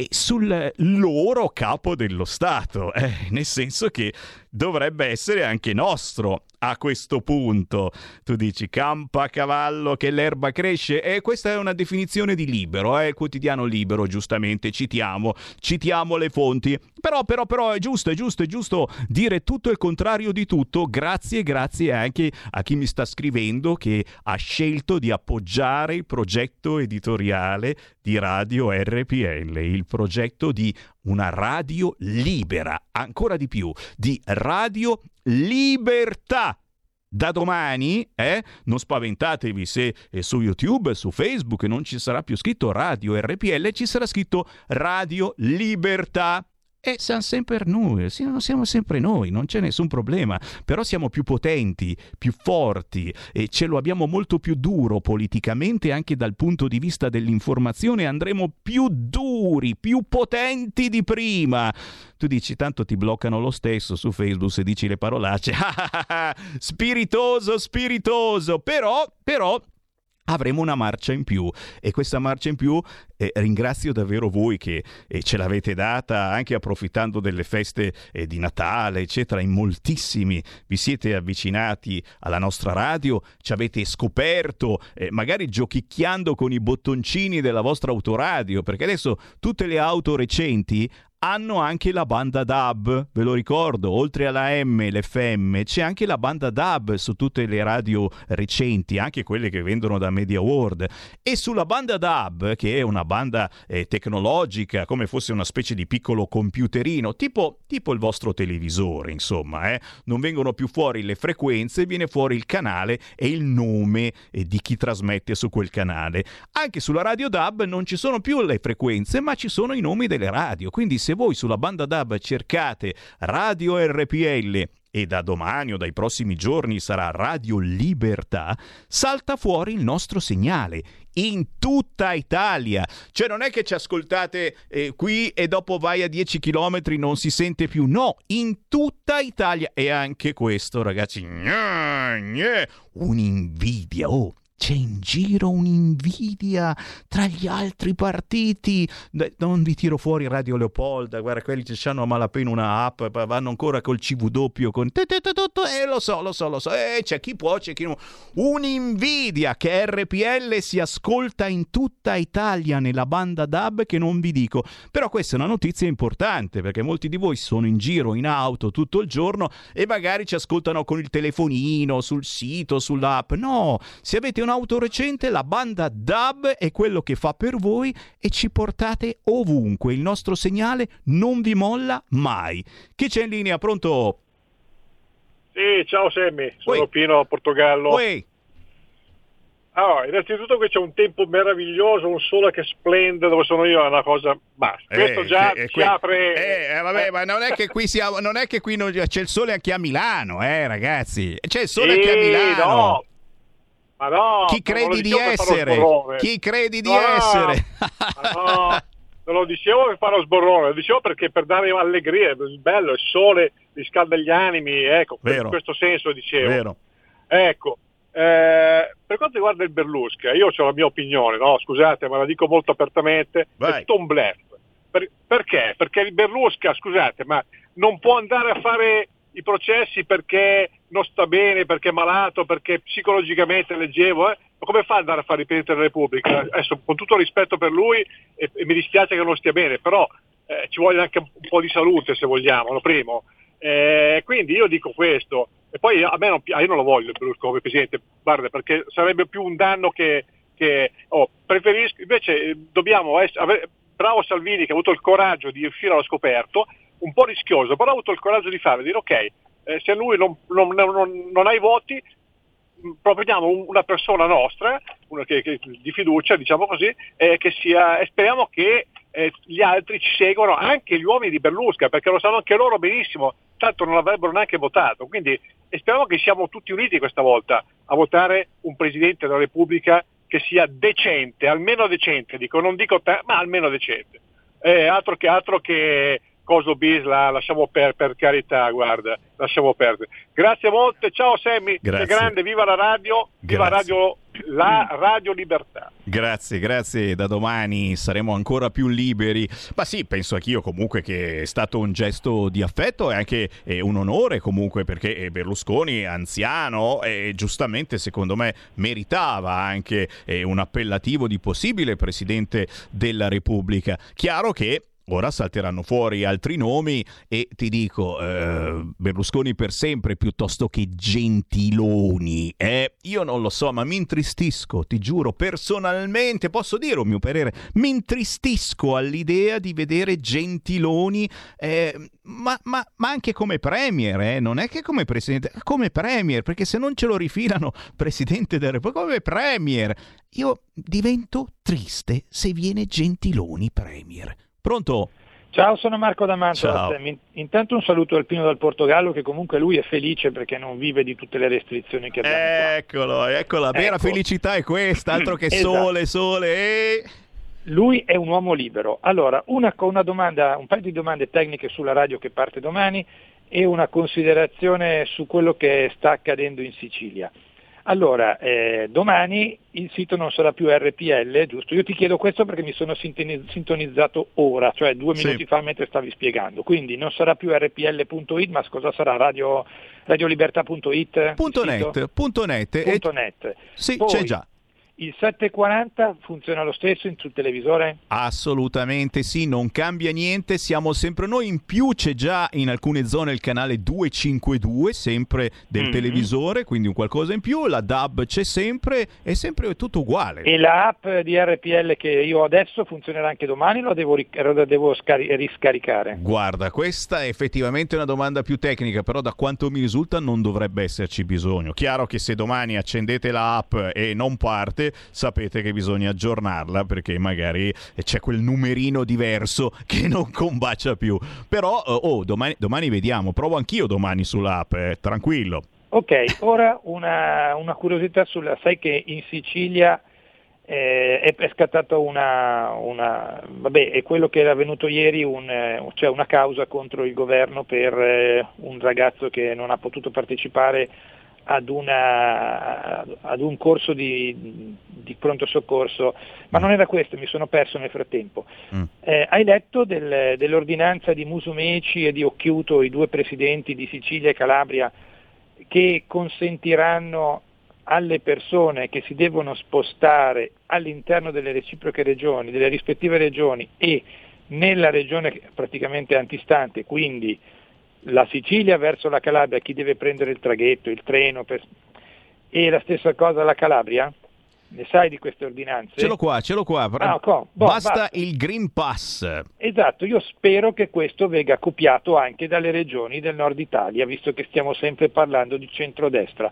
sul loro capo dello Stato, eh, nel senso che dovrebbe essere anche nostro a questo punto. Tu dici campa a cavallo che l'erba cresce, e questa è una definizione di Libero, eh, il quotidiano Libero, giustamente citiamo citiamo le fonti, però però però è giusto è giusto è giusto dire tutto il contrario di tutto. Grazie grazie anche a chi mi sta scrivendo che ha scelto di appoggiare il progetto editoriale di Radio R P L, il progetto di una radio libera, ancora di più, di Radio Libertà. Da domani, eh, non spaventatevi se eh, su YouTube, su Facebook non ci sarà più scritto Radio R P L, ci sarà scritto Radio Libertà. E siamo sempre noi, siamo sempre noi, non c'è nessun problema, però siamo più potenti, più forti, e ce lo abbiamo molto più duro politicamente, anche dal punto di vista dell'informazione andremo più duri, più potenti di prima. Tu dici tanto ti bloccano lo stesso su Facebook se dici le parolacce, spiritoso, spiritoso, però, però avremo una marcia in più, e questa marcia in più eh, ringrazio davvero voi che eh, ce l'avete data anche approfittando delle feste eh, di Natale eccetera. In moltissimi vi siete avvicinati alla nostra radio, ci avete scoperto eh, magari giochicchiando con i bottoncini della vostra autoradio, perché adesso tutte le auto recenti hanno anche la banda D A B, ve lo ricordo, oltre alla M, l'F M, c'è anche la banda D A B su tutte le radio recenti, anche quelle che vendono da Media World. E sulla banda D A B, che è una banda eh, tecnologica, come fosse una specie di piccolo computerino, tipo, tipo il vostro televisore, insomma, eh? Non vengono più fuori le frequenze, viene fuori il canale e il nome eh, di chi trasmette su quel canale. Anche sulla radio D A B non ci sono più le frequenze, ma ci sono i nomi delle radio, quindi se voi sulla banda D A B cercate Radio R P L e da domani o dai prossimi giorni sarà Radio Libertà, salta fuori il nostro segnale in tutta Italia. Cioè non è che ci ascoltate eh, qui e dopo vai a dieci chilometri non si sente più, no, in tutta Italia. E anche questo, ragazzi, gne, gne, un'invidia, oh, c'è in giro un'invidia tra gli altri partiti. Non vi tiro fuori Radio Leopolda, guarda, quelli che hanno a malapena una app, vanno ancora col C W con e eh, lo so, lo so, lo so, e eh, c'è chi può, c'è chi non. Un'invidia che R P L si ascolta in tutta Italia nella banda D A B che non vi dico. Però questa è una notizia importante, perché molti di voi sono in giro in auto tutto il giorno e magari ci ascoltano con il telefonino, sul sito, sull'app. No, se avete un'auto recente, la banda D A B è quello che fa per voi e ci portate ovunque. Il nostro segnale non vi molla mai. Chi c'è in linea? Pronto? Sì, ciao Sammy, sono Oi. Pino a Portogallo. Oi. Allora, innanzitutto che c'è un tempo meraviglioso, un sole che splende dove sono io, è una cosa basta. Questo Eh, già eh, ci que- apre. Eh, eh, vabbè, ma non è che qui siamo, non è che qui non- c'è il sole anche a Milano, eh, ragazzi. C'è il sole Sì, anche a Milano. no. Ma no, Chi ma non lo credi di dicevo per fare lo essere? sborrone. Chi credi di No, essere? ma no, non lo dicevo per fare lo sborrone, lo dicevo perché per dare allegria, il bello, il sole riscalda gli animi, ecco, Vero. in questo senso dicevo. Vero. Ecco, eh, per quanto riguarda il Berlusca, io ho la mia opinione, no? Scusate, ma la dico molto apertamente, Vai. è tutto un bluff. Per- perché? Perché il Berlusca, scusate, ma non può andare a fare i processi perché non sta bene, perché è malato, perché psicologicamente leggevo, eh? Ma come fa ad andare a fare il Presidente della Repubblica? Adesso, con tutto rispetto per lui, e, e mi dispiace che non stia bene, però eh, ci vuole anche un po' di salute, se vogliamo, lo primo. Eh, quindi io dico questo, e poi a me non, pi- io non lo voglio Berlusconi come presidente, guarda, perché sarebbe più un danno che, che oh, preferisco, invece eh, dobbiamo essere, avere, bravo Salvini che ha avuto il coraggio di uscire allo scoperto, un po' rischioso, però ha avuto il coraggio di farlo, dire ok, eh, se lui non, non, non, non ha i voti, proponiamo una persona nostra, una che, che, di fiducia, diciamo così, eh, che sia, e speriamo che eh, gli altri ci seguano, anche gli uomini di Berlusca, perché lo sanno anche loro benissimo, tanto non avrebbero neanche votato, quindi e speriamo che siamo tutti uniti questa volta a votare un Presidente della Repubblica che sia decente, almeno decente, dico, non dico te, ma almeno decente. Eh, altro che altro che coso bis, la lasciamo per, per carità, guarda, lasciamo perdere. Grazie molte, ciao Sammy, Grazie. sei grande, viva la radio, viva Grazie. radio, la Radio Libertà. Grazie, grazie, da domani saremo ancora più liberi. Ma sì, penso anch'io comunque che è stato un gesto di affetto e anche eh, un onore comunque, perché Berlusconi, anziano, e giustamente secondo me meritava anche eh, un appellativo di possibile Presidente della Repubblica. Chiaro che ora salteranno fuori altri nomi e ti dico, eh, Berlusconi per sempre piuttosto che Gentiloni. Eh, io non lo so, ma mi intristisco, ti giuro, personalmente, posso dire un mio parere, mi intristisco all'idea di vedere Gentiloni, eh, ma, ma, ma anche come premier, eh, non è che come presidente, come premier, perché se non ce lo rifilano Presidente della Repubblica, come premier, io divento triste se viene Gentiloni premier. Pronto? Ciao, sono Marco da Ciao. Mantova. Intanto un saluto al Pino dal Portogallo, che comunque lui è felice perché non vive di tutte le restrizioni che abbiamo qua. Eccolo, ecco, la vera Ecco. felicità è questa, altro che Esatto. sole, sole e... Lui è un uomo libero. Allora, una, una domanda, un paio di domande tecniche sulla radio che parte domani e una considerazione su quello che sta accadendo in Sicilia. Allora, eh, domani il sito non sarà più R P L, giusto? Io ti chiedo questo perché mi sono sintoni- sintonizzato ora, cioè due Sì. minuti fa mentre stavi spiegando. Quindi non sarà più R P L punto it, ma cosa sarà? Radio, radiolibertà punto it? Punto il sito? net, punto net. e- Punto net. Sì, Poi, c'è già. il settecentoquaranta funziona lo stesso in sul televisore? Assolutamente sì, non cambia niente, siamo sempre noi, in più c'è già in alcune zone il canale duecentocinquantadue, sempre del Mm. televisore, quindi un qualcosa in più, la D A B c'è sempre, è sempre tutto uguale. E la app di R P L che io ho adesso funzionerà anche domani o la devo, ric- la devo scari- riscaricare? Guarda, questa è effettivamente una domanda più tecnica, però da quanto mi risulta non dovrebbe esserci bisogno. Chiaro che se domani accendete la app e non parte, sapete che bisogna aggiornarla perché magari c'è quel numerino diverso che non combacia più. Però, oh, domani, domani vediamo, provo anch'io domani sull'app, eh, tranquillo. Ok, ora una, una curiosità sulla... Sai che in Sicilia eh, è, è scattata una, una... Vabbè, è quello che era avvenuto ieri, un, eh, cioè una causa contro il governo per eh, un ragazzo che non ha potuto partecipare ad, una, ad un corso di, di pronto soccorso, ma non era questo, mi sono perso nel frattempo. Mm. Eh, hai letto del, dell'ordinanza di Musumeci e di Occhiuto, i due presidenti di Sicilia e Calabria, che consentiranno alle persone che si devono spostare all'interno delle reciproche regioni, delle rispettive regioni e nella regione praticamente antistante, quindi la Sicilia verso la Calabria, chi deve prendere il traghetto, il treno, per... e la stessa cosa la Calabria? Ne sai di queste ordinanze? Ce l'ho qua, ce l'ho qua. Ah, co- boh, basta, basta. il Green Pass. Esatto, io spero che questo venga copiato anche dalle regioni del nord Italia, visto che stiamo sempre parlando di centrodestra.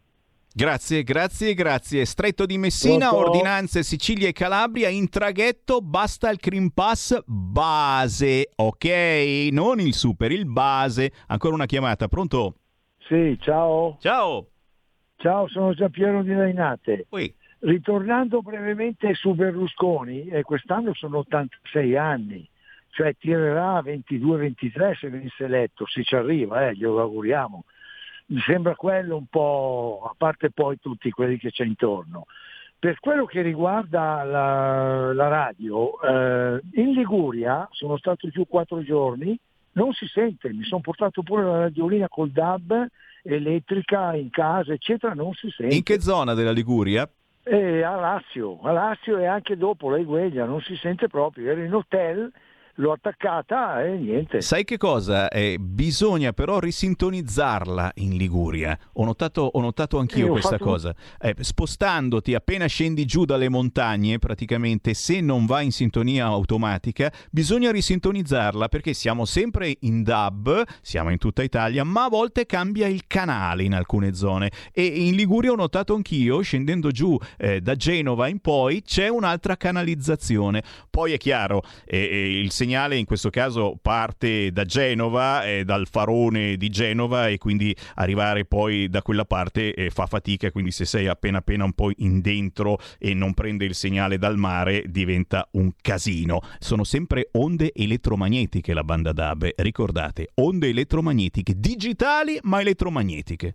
Grazie, grazie, grazie. Stretto di Messina, Pronto? ordinanze Sicilia e Calabria, in traghetto basta il Green Pass base, ok? Non il super, il base. Ancora una chiamata, pronto? Sì, ciao. Ciao. Ciao, sono Giampiero di Rainate. Ui. Ritornando brevemente su Berlusconi, eh, quest'anno sono ottantasei anni, cioè tirerà ventidue ventitré se venisse eletto, se ci arriva, eh, glielo auguriamo. Mi sembra quello un po', a parte poi tutti quelli che c'è intorno. Per quello che riguarda la, la radio, eh, in Liguria sono stato giù quattro giorni, non si sente, mi sono portato pure la radiolina col D A B, elettrica in casa, eccetera, non si sente. In che zona della Liguria? Eh, a Lazio, a Lazio e anche dopo la Igueglia, non si sente proprio, ero in hotel l'ho attaccata e niente. Sai che cosa? Eh, bisogna però risintonizzarla in Liguria. Ho notato, ho notato anch'io Eh, ho questa fatto- cosa. Eh, spostandoti appena scendi giù dalle montagne, praticamente, se non va in sintonia automatica, bisogna risintonizzarla, perché siamo sempre in D A B, siamo in tutta Italia, ma a volte cambia il canale in alcune zone. E in Liguria ho notato anch'io, scendendo giù eh, da Genova in poi, c'è un'altra canalizzazione. Poi è chiaro, eh, eh, il segnale in questo caso parte da Genova, eh, dal farone di Genova, e quindi arrivare poi da quella parte eh, fa fatica, quindi se sei appena appena un po' in dentro e non prende il segnale dal mare diventa un casino. Sono sempre onde elettromagnetiche la banda D A B, ricordate, onde elettromagnetiche digitali ma elettromagnetiche.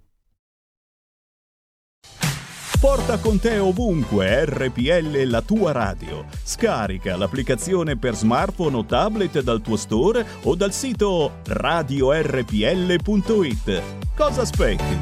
Porta con te ovunque R P L, la tua radio. Scarica l'applicazione per smartphone o tablet dal tuo store o dal sito radio r p l punto i t. Cosa aspetti?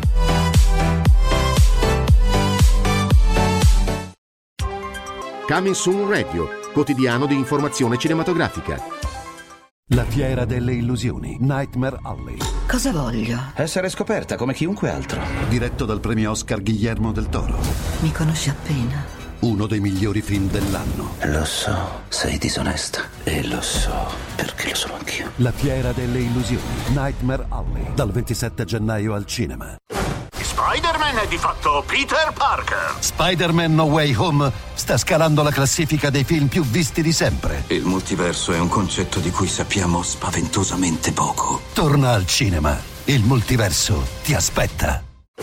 Coming Soon Radio, quotidiano di informazione cinematografica. La fiera delle illusioni, Nightmare Alley. Cosa voglio? Essere scoperta come chiunque altro. Diretto dal premio Oscar Guillermo del Toro. Mi conosci appena. Uno dei migliori film dell'anno. Lo so, sei disonesta. E lo so, perché lo sono anch'io. La fiera delle illusioni, Nightmare Alley. Dal ventisette gennaio al cinema. Spider-Man è di fatto Peter Parker. Spider-Man No Way Home sta scalando la classifica dei film più visti di sempre. Il multiverso è un concetto di cui sappiamo spaventosamente poco. Torna al cinema. Il multiverso ti aspetta.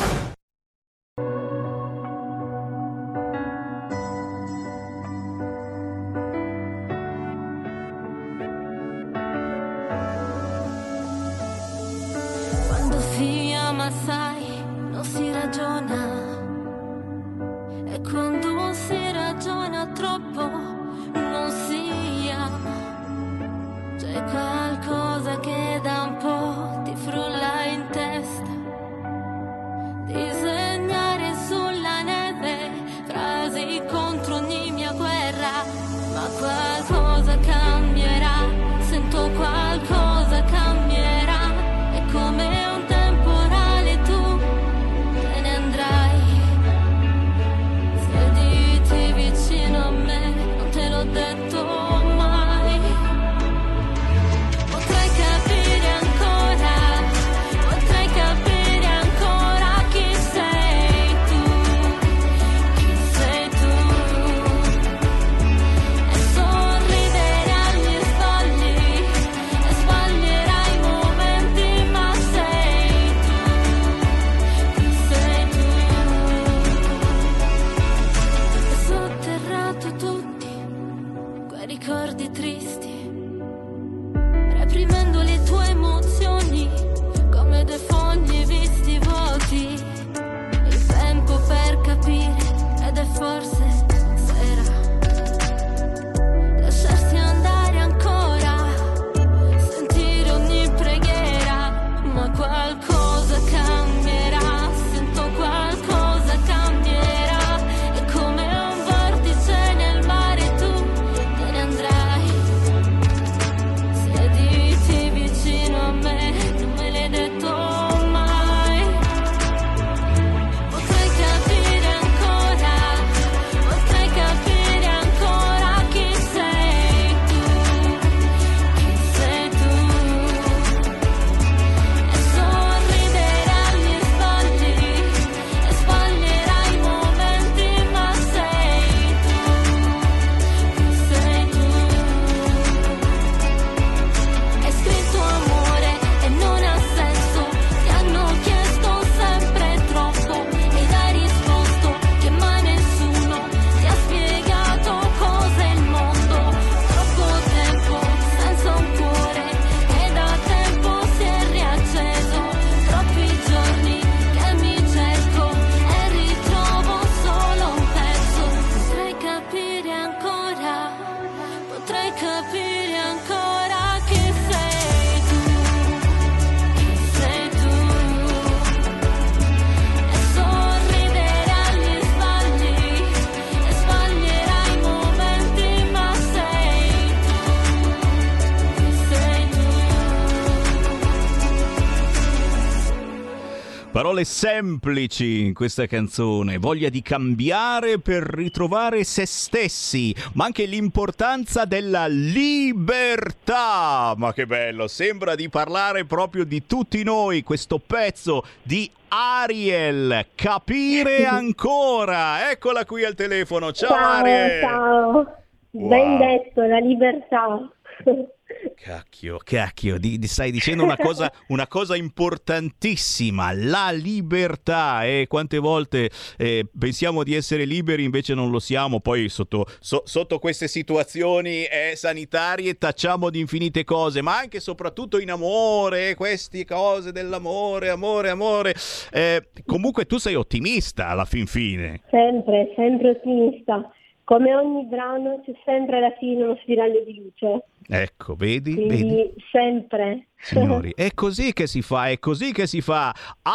Quando si ama, sai, non si ragiona. E quando si ragiona troppo, non si ama. C'è qualcosa che da un po' ti frulla in testa. Disegnare sulla neve frasi contro ogni mia guerra. Ma qualcosa cambierà, sento qualcosa cambierà. È come un temporale, tu te ne andrai. Parole semplici in questa canzone, voglia di cambiare per ritrovare se stessi, ma anche l'importanza della libertà. Ma che bello, sembra di parlare proprio di tutti noi questo pezzo di Ariel, Capire ancora. Eccola qui al telefono. Ciao, Ciao, Ariel. ciao. Wow. Ben detto, la libertà. Cacchio, cacchio, di, di- stai dicendo una cosa, una cosa importantissima, la libertà. E quante volte eh, pensiamo di essere liberi, invece non lo siamo. Poi sotto, so- sotto queste situazioni eh, sanitarie tacciamo di infinite cose, ma anche e soprattutto in amore, queste cose dell'amore, amore, amore. Eh, comunque tu sei ottimista alla fin fine. Sempre, sempre ottimista. Come ogni brano c'è sempre alla fine uno spiraglio di luce. Ecco, vedi, Quindi vedi. sempre. Signori, è così che si fa, è così che si fa.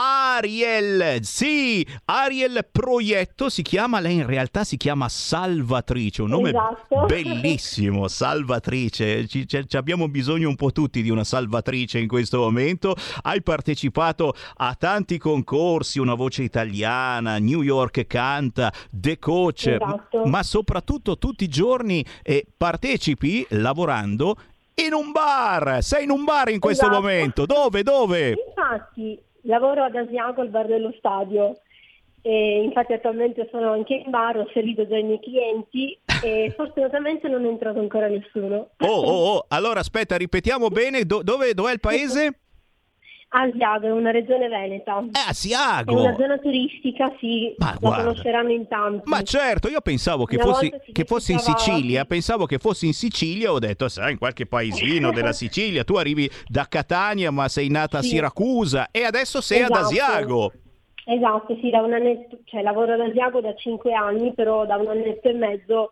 Ariel, sì, Ariel Proietto si chiama, lei in realtà si chiama Salvatrice, un nome Esatto. bellissimo, Salvatrice. Ci, ci- ci abbiamo bisogno un po' tutti di una salvatrice in questo momento. Hai partecipato a tanti concorsi, Una voce italiana, New York canta, The Coach, Esatto. ma soprattutto tutti i giorni eh, partecipi lavorando in un bar. Sei in un bar in questo Esatto. momento. Dove? Dove? Infatti, lavoro ad Asiago, al bar dello stadio. E infatti attualmente sono anche in bar, ho servito già i miei clienti e fortunatamente non è entrato ancora nessuno. Oh, oh, oh. Allora aspetta, ripetiamo bene. Do- dove, dov'è il paese? Asiago è una regione veneta. Eh, Asiago. È una zona turistica, sì, Ma la guarda. conosceranno in tanti. Ma certo, io pensavo che Una fossi, volta si che fossi in visitava- Sicilia, pensavo che fossi in Sicilia, ho detto, sai, in qualche paesino della Sicilia, tu arrivi da Catania ma sei nata a Sì. Siracusa e adesso sei ad Esatto. Asiago. Esatto, sì, da un annetto, cioè lavoro ad Asiago da cinque anni, però da un annetto e mezzo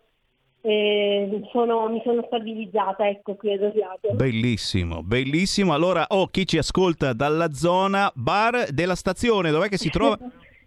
eh, sono- mi sono stabilizzata, ecco, qui ad Asiago. Bellissimo, bellissimo. Allora, oh, chi ci ascolta dalla zona, bar della stazione, dov'è che si trova?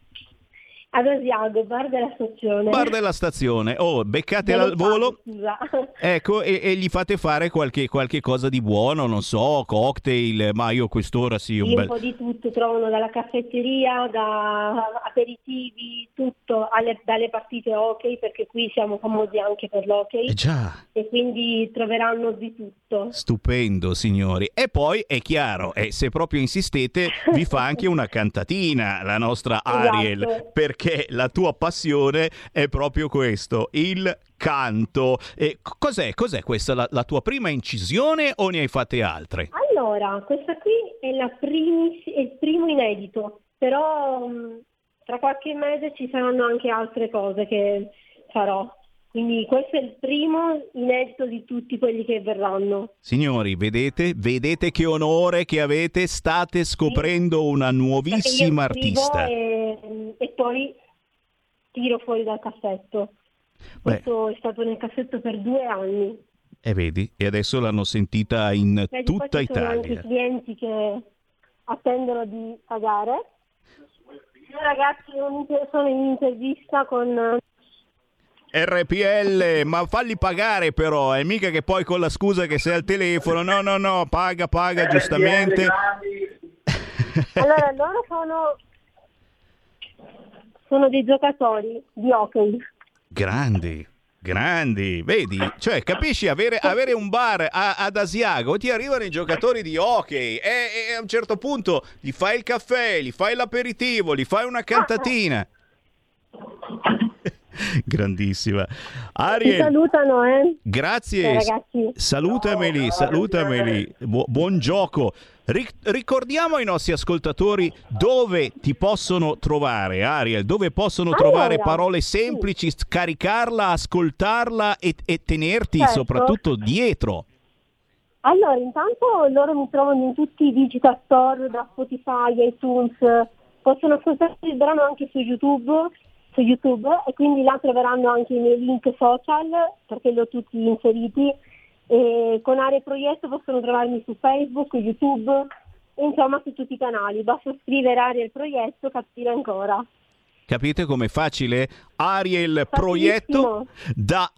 Ad Asiago, bar della stazione. Bar della stazione. Oh, beccatela al Dello volo. stadio, scusa. Ecco, e, e gli fate fare qualche, qualche cosa di buono, non so, cocktail, ma io a quest'ora sì, un Sì, un bel... po' di tutto, trovano dalla caffetteria, da aperitivi, tutto, alle- dalle partite hockey, perché qui siamo famosi anche per l'hockey. Eh già. E quindi troveranno di tutto. Stupendo, signori. E poi è chiaro, e se proprio insistete, vi fa anche una cantatina la nostra Ariel, Esatto. perché la tua passione è proprio questo, il canto. E c- cos'è, cos'è questa, la, la tua prima incisione o ne hai fatte altre? Allora, questa qui è, la primi- è il primo inedito, però mh, tra qualche mese ci saranno anche altre cose che farò. Quindi questo è il primo inedito di tutti quelli che verranno. Signori, vedete? Vedete che onore che avete? State scoprendo una nuovissima Perché io scrivo artista. E, e poi tiro fuori dal cassetto. Beh, Questo è stato nel cassetto per due anni. e vedi? E adesso l'hanno sentita in Vedi, tutta poi ci sono anche Italia. i clienti che attendono di pagare. Io ragazzi non inter- sono in intervista con... R P L, ma falli pagare però, è mica che poi con la scusa che sei al telefono, no no no, paga, paga giustamente. Allora, loro sono, sono dei giocatori di hockey. Grandi, grandi, vedi? Cioè, capisci, avere, avere un bar a- ad Asiago, ti arrivano i giocatori di hockey e, e a un certo punto gli fai il caffè, gli fai l'aperitivo, gli fai una cantatina. Grandissima. Ti Ariel, salutano, eh? grazie, Ciao, ragazzi. salutameli, salutameli, Bu- buon gioco. Ric- ricordiamo ai nostri ascoltatori dove ti possono trovare, Ariel, dove possono Allora, trovare parole semplici, scaricarla, ascoltarla e, e tenerti Certo. soprattutto dietro. Allora, intanto loro mi trovano in tutti i digital store, da Spotify, iTunes, possono ascoltare il brano anche su YouTube, su YouTube e quindi là troveranno anche i miei link social perché li ho tutti inseriti. E con Ariel Proietto possono trovarmi su Facebook, YouTube, e insomma su tutti i canali. Basta scrivere Ariel Proietto, capire ancora. Capite com'è facile? Ariel Proietto da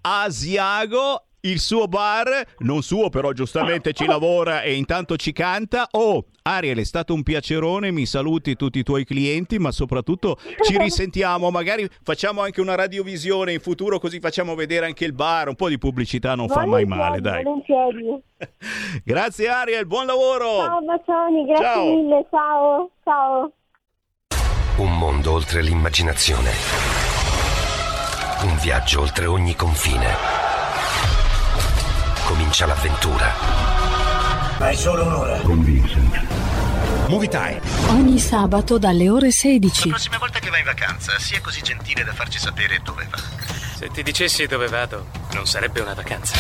Asiago, il suo bar, non suo però giustamente ci lavora e intanto ci canta. Oh, Ariel, è stato un piacerone, mi saluti tutti i tuoi clienti, ma soprattutto ci risentiamo, magari facciamo anche una radiovisione in futuro, così facciamo vedere anche il bar, un po' di pubblicità non fa mai male, dai. Volentieri. Grazie Ariel, buon lavoro. Ciao bacioni, grazie Ciao. mille, ciao, ciao. Un mondo oltre l'immaginazione. Un viaggio oltre ogni confine. Comincia l'avventura. Hai solo un'ora. Con Vincent. Movie Time. Ogni sabato dalle ore sedici. La prossima volta che vai in vacanza, sia così gentile da farci sapere dove va. Se ti dicessi dove vado, non sarebbe una vacanza.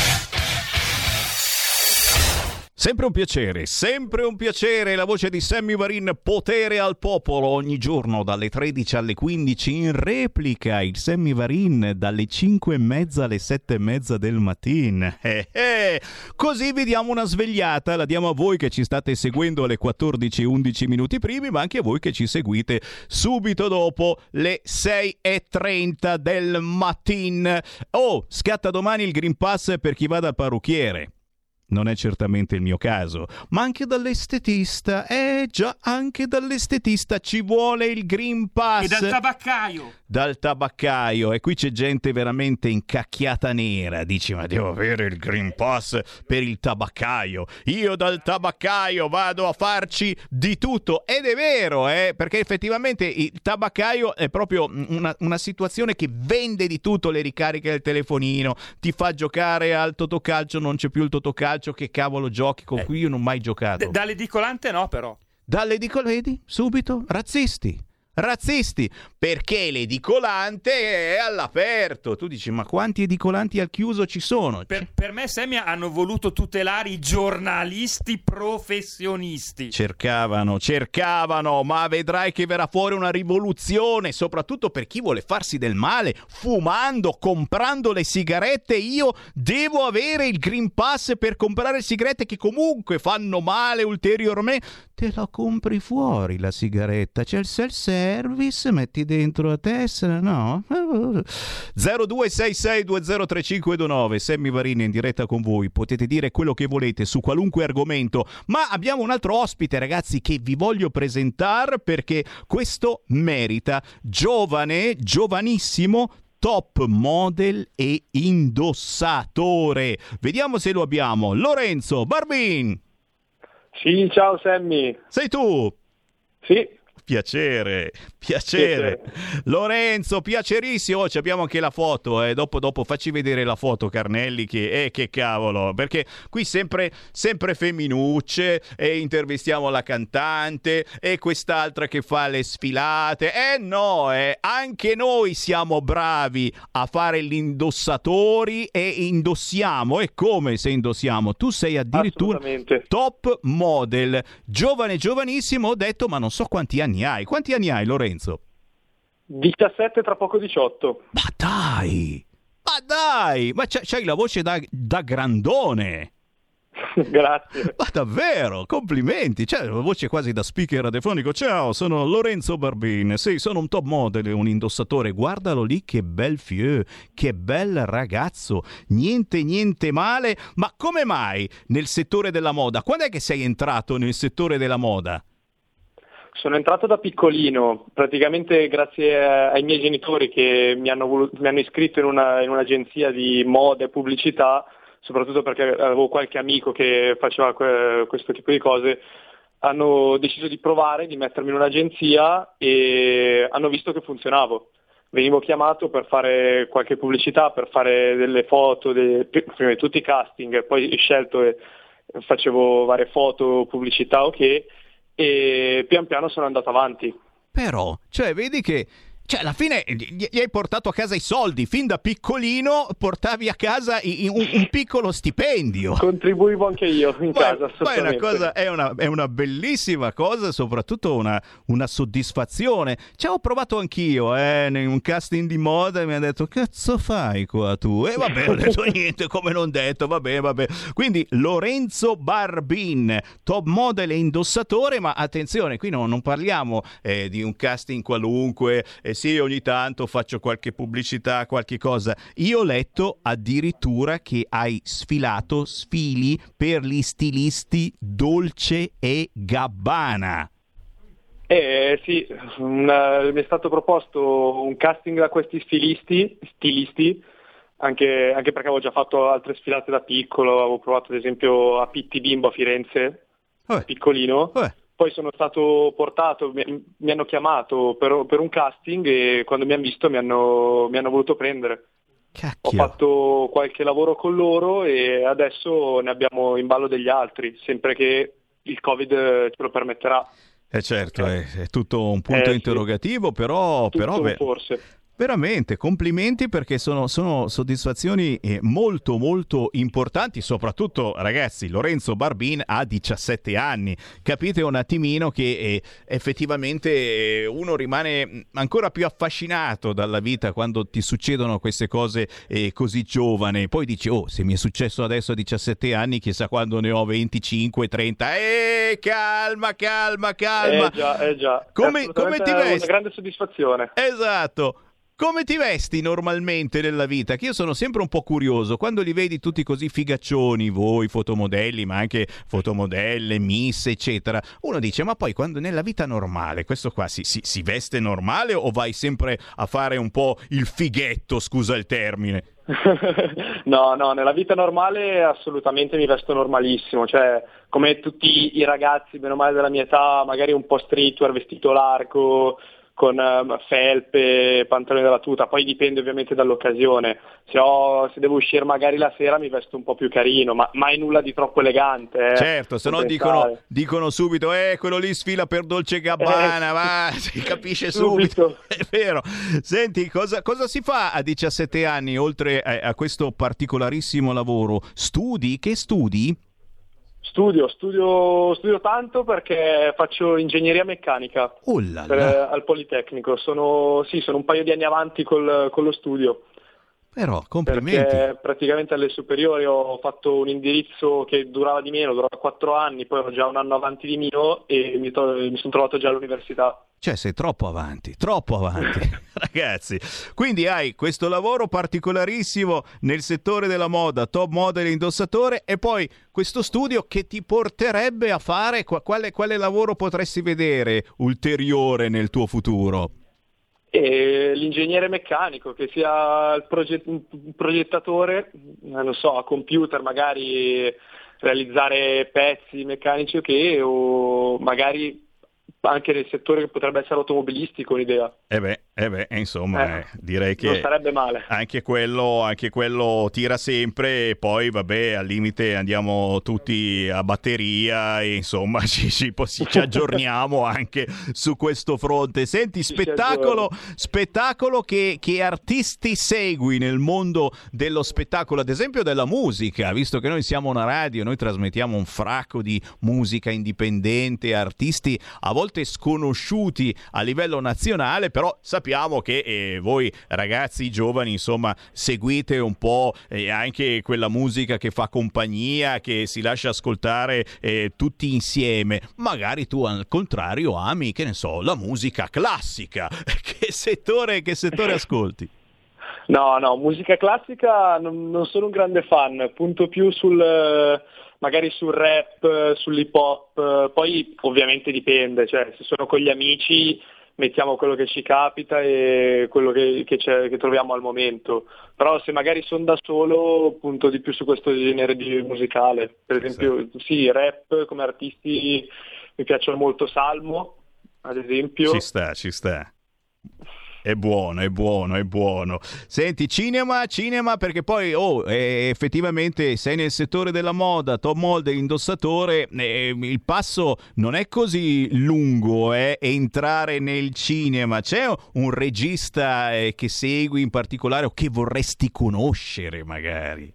Sempre un piacere, sempre un piacere, la voce di Sammy Varin, potere al popolo, ogni giorno dalle tredici alle quindici in replica, il Sammy Varin dalle cinque e mezza alle sette e mezza del mattino. Eh, eh. Così vi diamo una svegliata, la diamo a voi che ci state seguendo alle quattordici e undici minuti primi, ma anche a voi che ci seguite subito dopo le sei e trenta del mattino. Oh, scatta domani il Green Pass per chi va dal parrucchiere. Non è certamente il mio caso, ma anche dall'estetista. Eh già, anche dall'estetista ci vuole il Green Pass. E dal tabaccaio. Dal tabaccaio. E qui c'è gente veramente incacchiata nera. Dici, ma devo avere il Green Pass per il tabaccaio. Io dal tabaccaio vado a farci di tutto. Ed è vero, eh, perché effettivamente il tabaccaio è proprio una, una situazione che vende di tutto. Le ricariche del telefonino, ti fa giocare al totocalcio, non c'è più il totocalcio. Che cavolo giochi con eh. cui io non ho mai giocato. D- dall'edicolante no, però. Dall'edicolante, vedi? Subito? Razzisti. Razzisti, perché l'edicolante è all'aperto. Tu dici, ma quanti edicolanti al chiuso ci sono? Per, per me, Sammy, hanno voluto tutelare i giornalisti professionisti. Cercavano, cercavano, ma vedrai che verrà fuori una rivoluzione, soprattutto per chi vuole farsi del male, fumando, comprando le sigarette. Io devo avere il Green Pass per comprare sigarette che comunque fanno male ulteriormente. Te la compri fuori la sigaretta, c'è il self-service, metti dentro la tessera, no? zero due sei sei due zero tre cinque due nove, Sammy Varin in diretta con voi, potete dire quello che volete su qualunque argomento, ma abbiamo un altro ospite, ragazzi, che vi voglio presentare perché questo merita. Giovane, giovanissimo, top model e indossatore. Vediamo se lo abbiamo. Lorenzo Barbin. Sì, ciao Sammy. Sei tu? Sì. Piacere, piacere. Piacere. Lorenzo, piacerissimo. Oh, abbiamo anche la foto, eh. dopo, dopo facci vedere la foto, Carnelli, che, eh, che cavolo, perché qui sempre, sempre femminucce, e intervistiamo la cantante, e quest'altra che fa le sfilate. Eh no, eh. anche noi siamo bravi a fare gli indossatori e indossiamo. E come se indossiamo? Tu sei addirittura top model, giovane, giovanissimo. Ho detto, ma non so quanti anni hai. Quanti anni hai, Lorenzo? diciassette, tra poco diciotto. Ma dai! Ma dai! Ma c'hai, c'hai la voce da, da grandone! Grazie. Ma davvero, complimenti, c'è la voce quasi da speaker radiofonico. Ciao, sono Lorenzo Barbin, sì, sono un top model, un indossatore. Guardalo lì, che bel fieu, che bel ragazzo, niente niente male. Ma come mai nel settore della moda? Quando è che sei entrato nel settore della moda? Sono entrato da piccolino, praticamente grazie ai miei genitori che mi hanno, voluto, mi hanno iscritto in, una, in un'agenzia di moda e pubblicità, soprattutto perché avevo qualche amico che faceva que- questo tipo di cose. Hanno deciso di provare, di mettermi in un'agenzia e hanno visto che funzionavo. Venivo chiamato per fare qualche pubblicità, per fare delle foto, dei, prima di tutti i casting, poi scelto e facevo varie foto, pubblicità, ok. E pian piano sono andato avanti. Però, cioè, vedi che cioè alla fine gli, gli hai portato a casa i soldi, fin da piccolino portavi a casa i, un, un piccolo stipendio. Contribuivo anche io in poi, casa, poi è una cosa, è una, è una bellissima cosa, soprattutto una, una soddisfazione. Ci ho provato anch'io, eh, in un casting di moda, e mi ha detto, cazzo fai qua tu? E vabbè, ho detto niente, come non detto, vabbè, vabbè. Quindi Lorenzo Barbin, top model e indossatore, ma attenzione, qui no, non parliamo eh, di un casting qualunque, eh, sì, ogni tanto faccio qualche pubblicità, qualche cosa. Io ho letto addirittura che hai sfilato sfili per gli stilisti Dolce e Gabbana. Eh sì, una, mi è stato proposto un casting da questi stilisti, stilisti anche, anche perché avevo già fatto altre sfilate da piccolo, avevo provato ad esempio a Pitti Bimbo a Firenze, eh. piccolino, eh. poi sono stato portato, mi, mi hanno chiamato per, per un casting e quando mi hanno visto mi hanno, mi hanno voluto prendere. Cacchio. Ho fatto qualche lavoro con loro e adesso ne abbiamo in ballo degli altri, sempre che il Covid ce lo permetterà. Eh certo, è, è tutto un punto Eh, interrogativo, sì. però, Tutto però beh, forse. veramente complimenti perché sono, sono soddisfazioni eh, molto molto importanti, soprattutto ragazzi, Lorenzo Barbin ha diciassette anni, capite un attimino che eh, effettivamente eh, uno rimane ancora più affascinato dalla vita quando ti succedono queste cose eh, così giovane, poi dici oh se mi è successo adesso a diciassette anni chissà quando ne ho venticinque trenta, eh calma calma calma. Eh già, eh già. Come, È come ti assolutamente vesti? una grande soddisfazione. Esatto. Come ti vesti normalmente nella vita? Che io sono sempre un po' curioso, quando li vedi tutti così figaccioni, voi fotomodelli, ma anche fotomodelle, miss, eccetera, uno dice, ma poi quando nella vita normale, questo qua si, si, si veste normale o vai sempre a fare un po' il fighetto, scusa il termine? No, no, nella vita normale assolutamente mi vesto normalissimo, cioè come tutti i ragazzi, bene o male della mia età, magari un po' streetwear, vestito largo, con uh, felpe, pantaloni della tuta, poi dipende ovviamente dall'occasione. Se, ho, se devo uscire magari la sera mi vesto un po' più carino, ma mai nulla di troppo elegante. Eh. Certo, se no dicono, dicono subito, eh, quello lì sfila per Dolce e Gabbana, Eh, va, sì. si capisce subito. Subito. È vero. Senti, cosa, cosa si fa a diciassette anni, oltre a, a questo particolarissimo lavoro? Studi? Che studi? Studio, studio, studio tanto perché faccio ingegneria meccanica Oh là per, là. al Politecnico. Sono, sì, sono un paio di anni avanti col, con lo studio. Però, complimenti. Perché praticamente alle superiori ho fatto un indirizzo che durava di meno, durava quattro anni, poi ero già un anno avanti di mio e mi, to- mi sono trovato già all'università. Cioè sei troppo avanti, troppo avanti, ragazzi. Quindi hai questo lavoro particolarissimo nel settore della moda, top model e indossatore, e poi questo studio che ti porterebbe a fare, quale, quale lavoro potresti vedere ulteriore nel tuo futuro? E l'ingegnere meccanico, che sia il proget- un progettatore, non so, a computer magari realizzare pezzi meccanici o che, o magari anche nel settore che potrebbe essere automobilistico un'idea. Eh beh, eh beh, insomma, Eh, eh, direi che non sarebbe male. Anche quello, anche quello tira sempre, e poi vabbè, al limite andiamo tutti a batteria e insomma ci, ci, ci, ci aggiorniamo anche su questo fronte. Senti, spettacolo, spettacolo che, che artisti segui nel mondo dello spettacolo, ad esempio della musica, visto che noi siamo una radio, noi trasmettiamo un fracco di musica indipendente, artisti a volte sconosciuti a livello nazionale, però sappiamo che eh, voi ragazzi giovani insomma seguite un po' eh, anche quella musica che fa compagnia, che si lascia ascoltare eh, tutti insieme. Magari tu al contrario ami, che ne so, la musica classica. Che settore, che settore ascolti? No, no, musica classica non, non sono un grande fan, punto più sul magari sul rap, sull'hip hop, poi ovviamente dipende, cioè se sono con gli amici mettiamo quello che ci capita e quello che, che, c'è, che troviamo al momento, però se magari sono da solo punto di più su questo genere di musicale, per esempio sì, rap come artisti mi piacciono molto Salmo, ad esempio. Ci sta, ci sta. È buono, è buono, è buono. Senti, cinema, cinema, perché poi oh, eh, effettivamente sei nel settore della moda, top model, indossatore, eh, il passo non è così lungo, eh, entrare nel cinema. C'è un regista eh, che segui in particolare o che vorresti conoscere magari?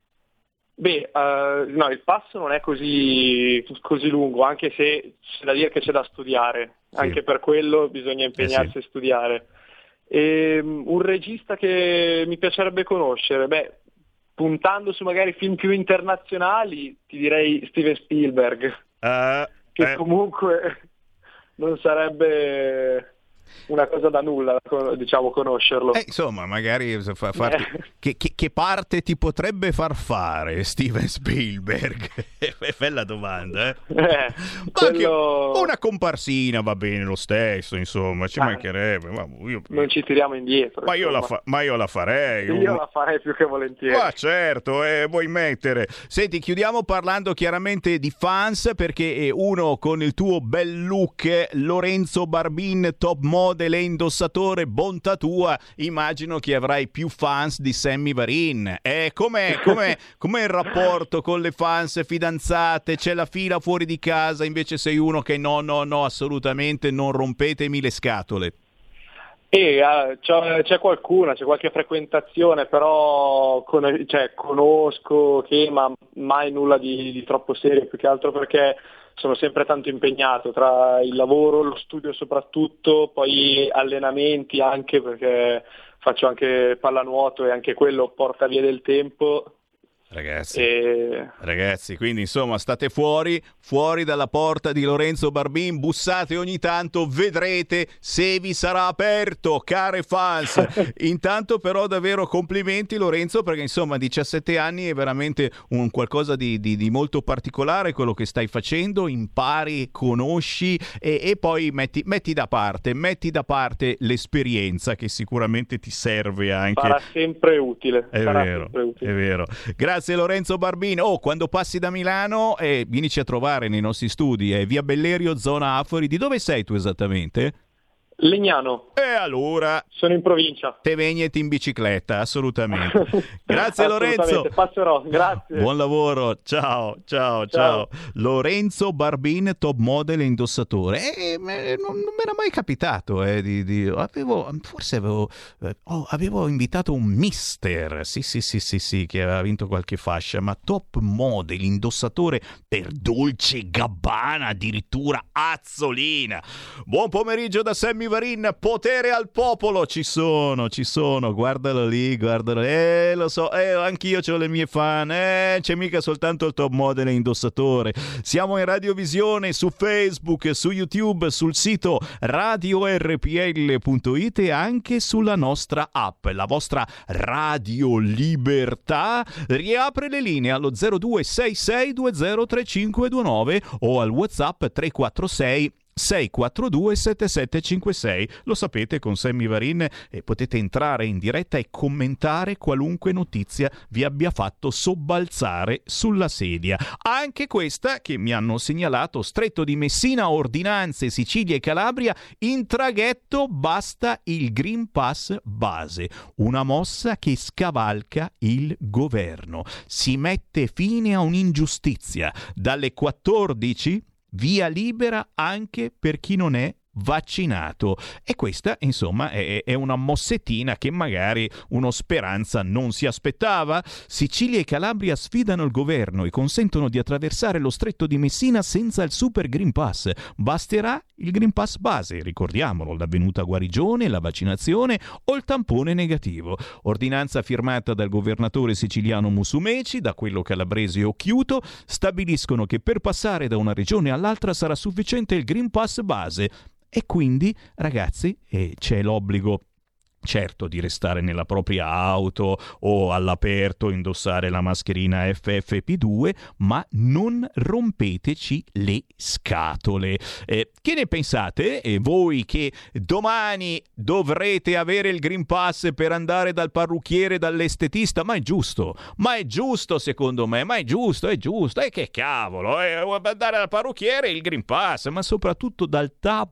Beh, uh, no, il passo non è così, così lungo, anche se c'è da dire che c'è da studiare, sì. Anche per quello bisogna impegnarsi eh sì. a studiare. E, um, un regista che mi piacerebbe conoscere, beh, puntando su magari film più internazionali, ti direi Steven Spielberg, uh, che eh. comunque non sarebbe... una cosa da nulla, diciamo, conoscerlo. Eh, insomma, magari fa, farti, eh. che, che, che parte ti potrebbe far fare Steven Spielberg? È bella domanda, eh? eh quello... Una comparsina va bene lo stesso, insomma, ci ah. mancherebbe. Ma io... Non ci tiriamo indietro. Ma io, la, fa... ma io la farei. Io un... la farei più che volentieri. Ma certo, eh, vuoi mettere. Senti, chiudiamo parlando chiaramente di fans, perché uno con il tuo bel look, Lorenzo Barbin, top model e indossatore, bontà tua, immagino che avrai più fans di Sammy Varin. Eh, com'è, com'è, com'è il rapporto con le fans fidanzate? C'è la fila fuori di casa, invece sei uno che no, no, no, assolutamente non rompetemi le scatole. E uh, c'è, c'è qualcuna, c'è qualche frequentazione, però con, cioè, conosco che, ma mai nulla di, di troppo serio, più che altro perché sono sempre tanto impegnato tra il lavoro, lo studio soprattutto, poi allenamenti anche, perché faccio anche pallanuoto e anche quello porta via del tempo. Ragazzi, e... ragazzi, quindi insomma state fuori, fuori dalla porta di Lorenzo Barbin, bussate ogni tanto, vedrete se vi sarà aperto, care fans. Intanto però davvero complimenti Lorenzo, perché insomma diciassette anni è veramente un qualcosa di, di, di molto particolare quello che stai facendo, impari, conosci e, e poi metti, metti da parte, metti da parte l'esperienza che sicuramente ti serve anche. Sarà sempre utile. È Sarà vero, sempre utile. È vero. Grazie Lorenzo Barbin. Oh, quando passi da Milano eh, vienici a trovare nei nostri studi, è eh, via Bellerio, zona Afori. Di dove sei tu esattamente? Legnano. E allora sono in provincia. Te vegneti in bicicletta, assolutamente. Grazie Lorenzo. Passerò, grazie. Buon lavoro. Ciao, ciao, ciao. ciao. Lorenzo Barbin, top model e indossatore. Eh, non, non mi era mai capitato, eh, di, di, avevo, forse avevo, eh, oh, avevo invitato un mister, sì, sì, sì, sì, sì, che aveva vinto qualche fascia, ma top model, indossatore per Dolce e Gabbana, addirittura Azzolina. Buon pomeriggio da Sammy Varin, potere al popolo, ci sono, ci sono, guardalo lì, guardalo, eh, lo so, eh, anch'io ho le mie fan, eh, c'è mica soltanto il top model e indossatore. Siamo in radiovisione su Facebook, su YouTube, sul sito radio erre pi elle punto it e anche sulla nostra app, la vostra Radio Libertà. Riapre le linee allo zero due sei sei due zero tre cinque due nove o al WhatsApp tre quattro sei sei quattro due sette sette cinque sei. Lo sapete, con Sammy Varin eh, potete entrare in diretta e commentare qualunque notizia vi abbia fatto sobbalzare sulla sedia. Anche questa che mi hanno segnalato: Stretto di Messina, ordinanze Sicilia e Calabria, in traghetto basta il Green Pass base, una mossa che scavalca il governo. Si mette fine a un'ingiustizia. Dalle quattordici via libera anche per chi non è vaccinato. E questa, insomma, è, è una mossettina che magari uno Speranza non si aspettava. Sicilia e Calabria sfidano il governo e consentono di attraversare lo Stretto di Messina senza il Super Green Pass. Basterà il Green Pass base, ricordiamolo, l'avvenuta guarigione, la vaccinazione o il tampone negativo. Ordinanza firmata dal governatore siciliano Musumeci, da quello calabrese Occhiuto, stabiliscono che per passare da una regione all'altra sarà sufficiente il Green Pass base. E quindi, ragazzi, eh, c'è l'obbligo, certo, di restare nella propria auto o all'aperto, indossare la mascherina effe effe pi due, ma non rompeteci le scatole. Eh, che ne pensate? E voi che domani dovrete avere il Green Pass per andare dal parrucchiere, dall'estetista? Ma è giusto, ma è giusto secondo me, ma è giusto, è giusto. E che cavolo, eh, andare dal parrucchiere il Green Pass, ma soprattutto dal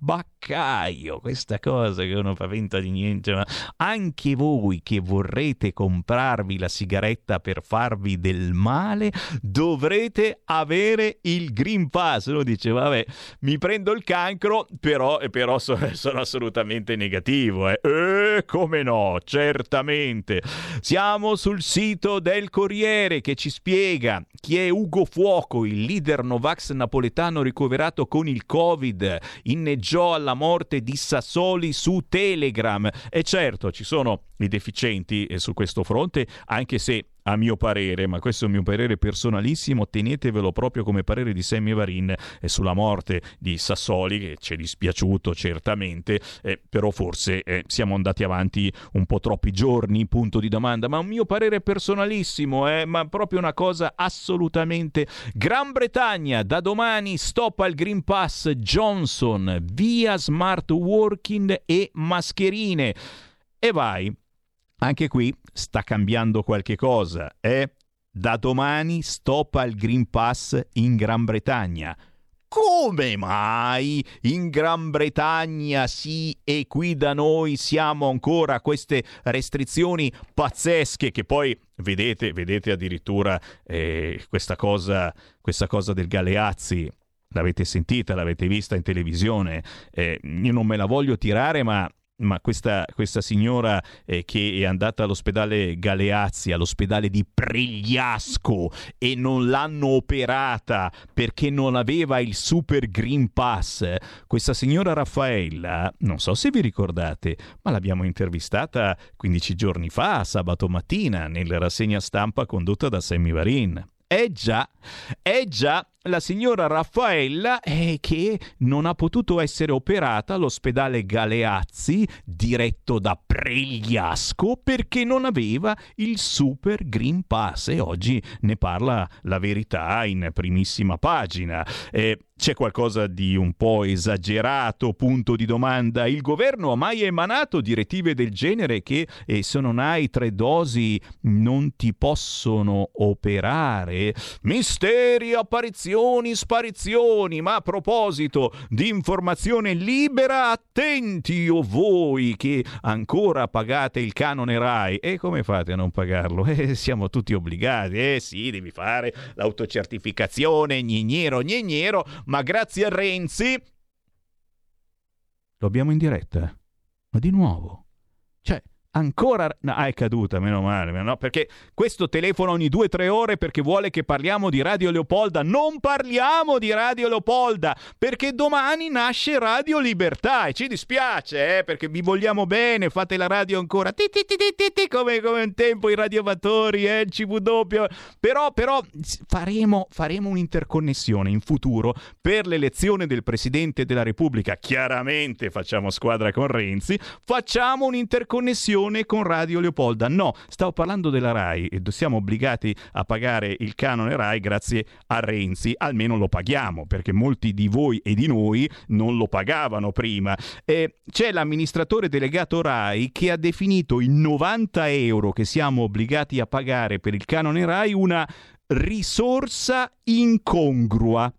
tabaccaio, questa cosa che uno fa finta di niente, ma anche voi che vorrete comprarvi la sigaretta per farvi del male dovrete avere il Green Pass. Uno dice vabbè, mi prendo il cancro, però, però sono, sono assolutamente negativo, eh. eh come no, certamente. Siamo sul sito del Corriere che ci spiega chi è Ugo Fuoco, il leader Novax napoletano ricoverato con il Covid, inneggiò alla morte di Sassoli su Telegram. E certo, ci sono i deficienti su questo fronte, anche se a mio parere, ma questo è un mio parere personalissimo, tenetevelo proprio come parere di Sammy Varin, eh, sulla morte di Sassoli, che ci è dispiaciuto certamente, eh, però forse eh, siamo andati avanti un po' troppi giorni, punto di domanda, ma un mio parere personalissimo, eh, ma proprio una cosa assolutamente. Gran Bretagna, da domani stop al Green Pass, Johnson, via smart working e mascherine. E vai. Anche qui sta cambiando qualche cosa, eh? Da domani stop al Green Pass in Gran Bretagna. Come mai in Gran Bretagna sì e qui da noi siamo ancora a queste restrizioni pazzesche che poi vedete, vedete addirittura eh, questa cosa, questa cosa del Galeazzi. L'avete sentita, l'avete vista in televisione. Eh, io non me la voglio tirare, ma ma questa, questa signora eh, che è andata all'ospedale Galeazzi, all'ospedale di Pregliasco, e non l'hanno operata perché non aveva il Super Green Pass. Questa signora Raffaella, non so se vi ricordate, ma l'abbiamo intervistata quindici giorni fa, sabato mattina, nella rassegna stampa condotta da Sammy Varin. Eh già, eh già, la signora Raffaella eh, che non ha potuto essere operata all'ospedale Galeazzi diretto da Pregliasco perché non aveva il Super Green Pass, e oggi ne parla La Verità in primissima pagina. Eh, c'è qualcosa di un po' esagerato, punto di domanda. Il governo ha mai emanato direttive del genere che eh, se non hai tre dosi non ti possono operare? Misteri, apparizioni, sparizioni. Ma a proposito di informazione libera, attenti o voi che ancora pagate il canone Rai. E come fate a non pagarlo? Eh, siamo tutti obbligati. Eh sì, devi fare l'autocertificazione, gnignero, gnignero. Ma grazie a Renzi lo abbiamo in diretta. Ma di nuovo. Cioè, ancora... No, è caduta, meno male, no? Perché questo telefona ogni due o tre ore perché vuole che parliamo di Radio Leopolda. Non parliamo di Radio Leopolda perché domani nasce Radio Libertà e ci dispiace, eh, perché vi vogliamo bene, fate la radio ancora ti, ti, ti, ti, ti, come, come un tempo i radioamatori, eh, il C V W. Però, però faremo, faremo un'interconnessione in futuro per l'elezione del Presidente della Repubblica. Chiaramente facciamo squadra con Renzi, facciamo un'interconnessione con Radio Leopolda. No, stavo parlando della Rai e siamo obbligati a pagare il canone Rai grazie a Renzi. Almeno lo paghiamo, perché molti di voi e di noi non lo pagavano prima. E c'è l'amministratore delegato Rai che ha definito i novanta euro che siamo obbligati a pagare per il canone Rai una risorsa incongrua.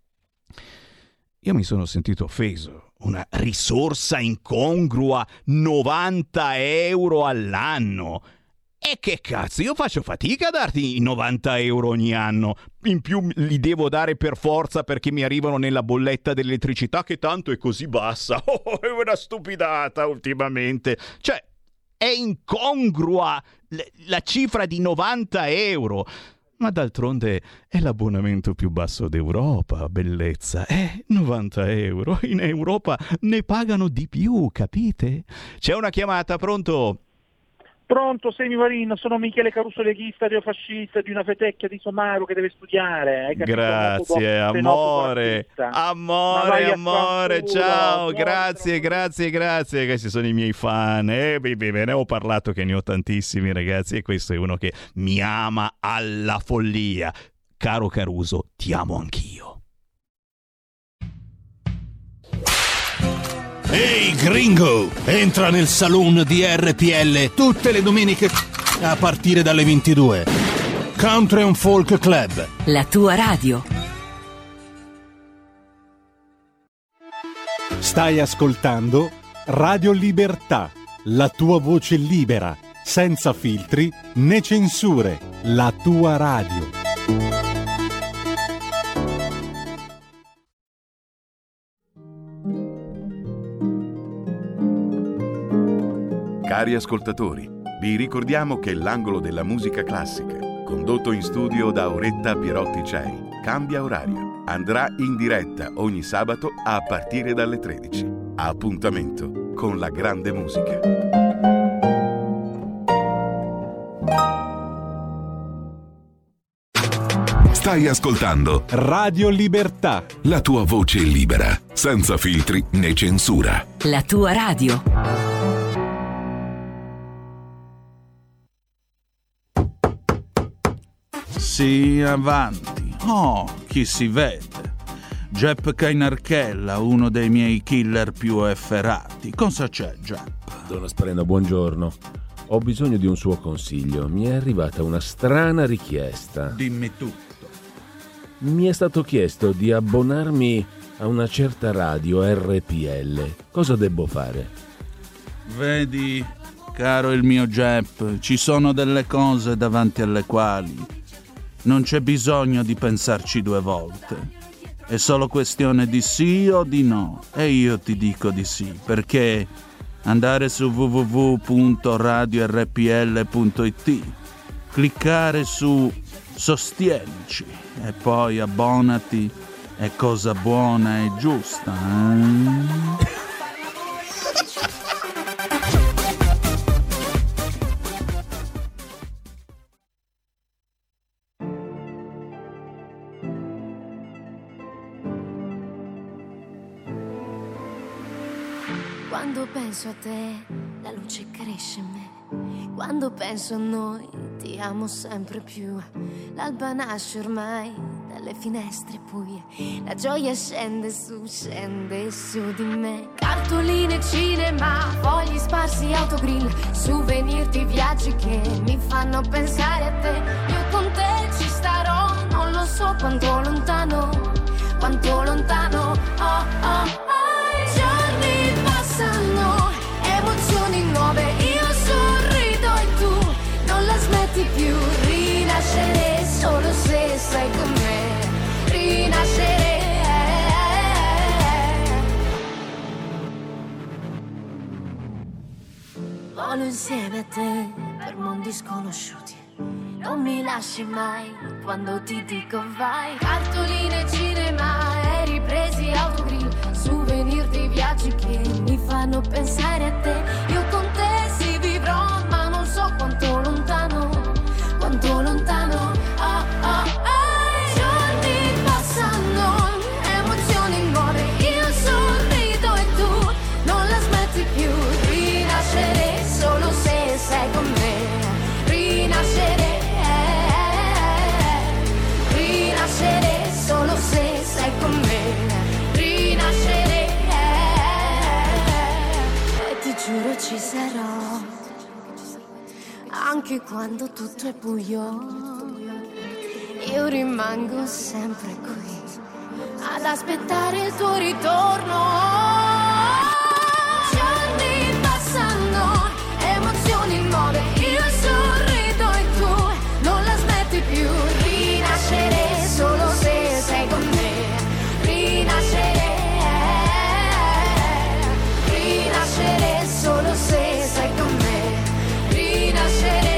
Io mi sono sentito offeso. Una risorsa incongrua, novanta euro all'anno. E che cazzo, io faccio fatica a darti i novanta euro ogni anno. In più li devo dare per forza perché mi arrivano nella bolletta dell'elettricità che tanto è così bassa. Oh, è una stupidata ultimamente. Cioè, è incongrua la cifra di novanta euro. Ma d'altronde è l'abbonamento più basso d'Europa, bellezza. Eh, novanta euro. In Europa ne pagano di più, capite? C'è una chiamata, pronto? Pronto, Sammy Varin, sono Michele Caruso, leghista neofascista di una fetecchia di Somaro che deve studiare. Hai capito? Grazie, amore, amore, amore, ciao, buongiorno. grazie, grazie, grazie, questi sono i miei fan, eh, beh, beh, ve ne ho parlato che ne ho tantissimi, ragazzi, e questo è uno che mi ama alla follia. Caro Caruso, ti amo anch'io. Ehi, gringo! Entra nel saloon di R P L tutte le domeniche a partire dalle ventidue. Country and Folk Club. La tua radio. Stai ascoltando Radio Libertà, la tua voce libera, senza filtri né censure, la tua radio. Cari ascoltatori, vi ricordiamo che l'angolo della musica classica, condotto in studio da Auretta Pierotti Cei, cambia orario. Andrà in diretta ogni sabato a partire dalle tredici. Appuntamento con la grande musica. Stai ascoltando Radio Libertà. La tua voce libera, senza filtri né censura. La tua radio. Sì, avanti. Oh, chi si vede? Jepp Cainarchella, uno dei miei killer più efferati. Cosa c'è, Jepp? Don Asprena, buongiorno. Ho bisogno di un suo consiglio. Mi è arrivata una strana richiesta. Dimmi tutto. Mi è stato chiesto di abbonarmi a una certa radio R P L. Cosa debbo fare? Vedi, caro il mio Jepp, ci sono delle cose davanti alle quali non c'è bisogno di pensarci due volte. È solo questione di sì o di no. E io ti dico di sì, perché andare su w w w punto radio r p l punto i t, cliccare su Sostienici e poi abbonati è cosa buona e giusta, eh? Quando penso a te, la luce cresce in me. Quando penso a noi, ti amo sempre più. L'alba nasce ormai dalle finestre buie. La gioia scende su, scende su di me. Cartoline, cinema, fogli sparsi, autogrill, souvenir di viaggi che mi fanno pensare a te. Io con te ci starò, non lo so quanto lontano, quanto lontano. Oh, oh, oh, i giorni passano, emozioni nuove, io sorrido e tu non la smetti più. Rinascere solo se sei con me, rinascere. Volo insieme a te per mondi sconosciuti, non mi lasci mai quando ti dico vai. Cartoline, cinema, aerei presi, autogrill, souvenir di viaggi che mi fanno pensare a te. Io con te si vivrò, ma non so quanto lontano, quanto lontano. Oh, oh, oh, i giorni passano, emozioni nuove, io sorrido e tu non la smetti più. Rinascere solo se sei con me, rinascere. Rinascere solo se sei con me, rinascere. E ti giuro ci sarò, anche quando tutto è buio. Io rimango sempre qui ad aspettare il tuo ritorno. Giorni passano, emozioni nuove, io sorrido e tu non la smetti più. Rinascere solo se sei con me, rinascere. Rinascere solo se sei con me, rinascere.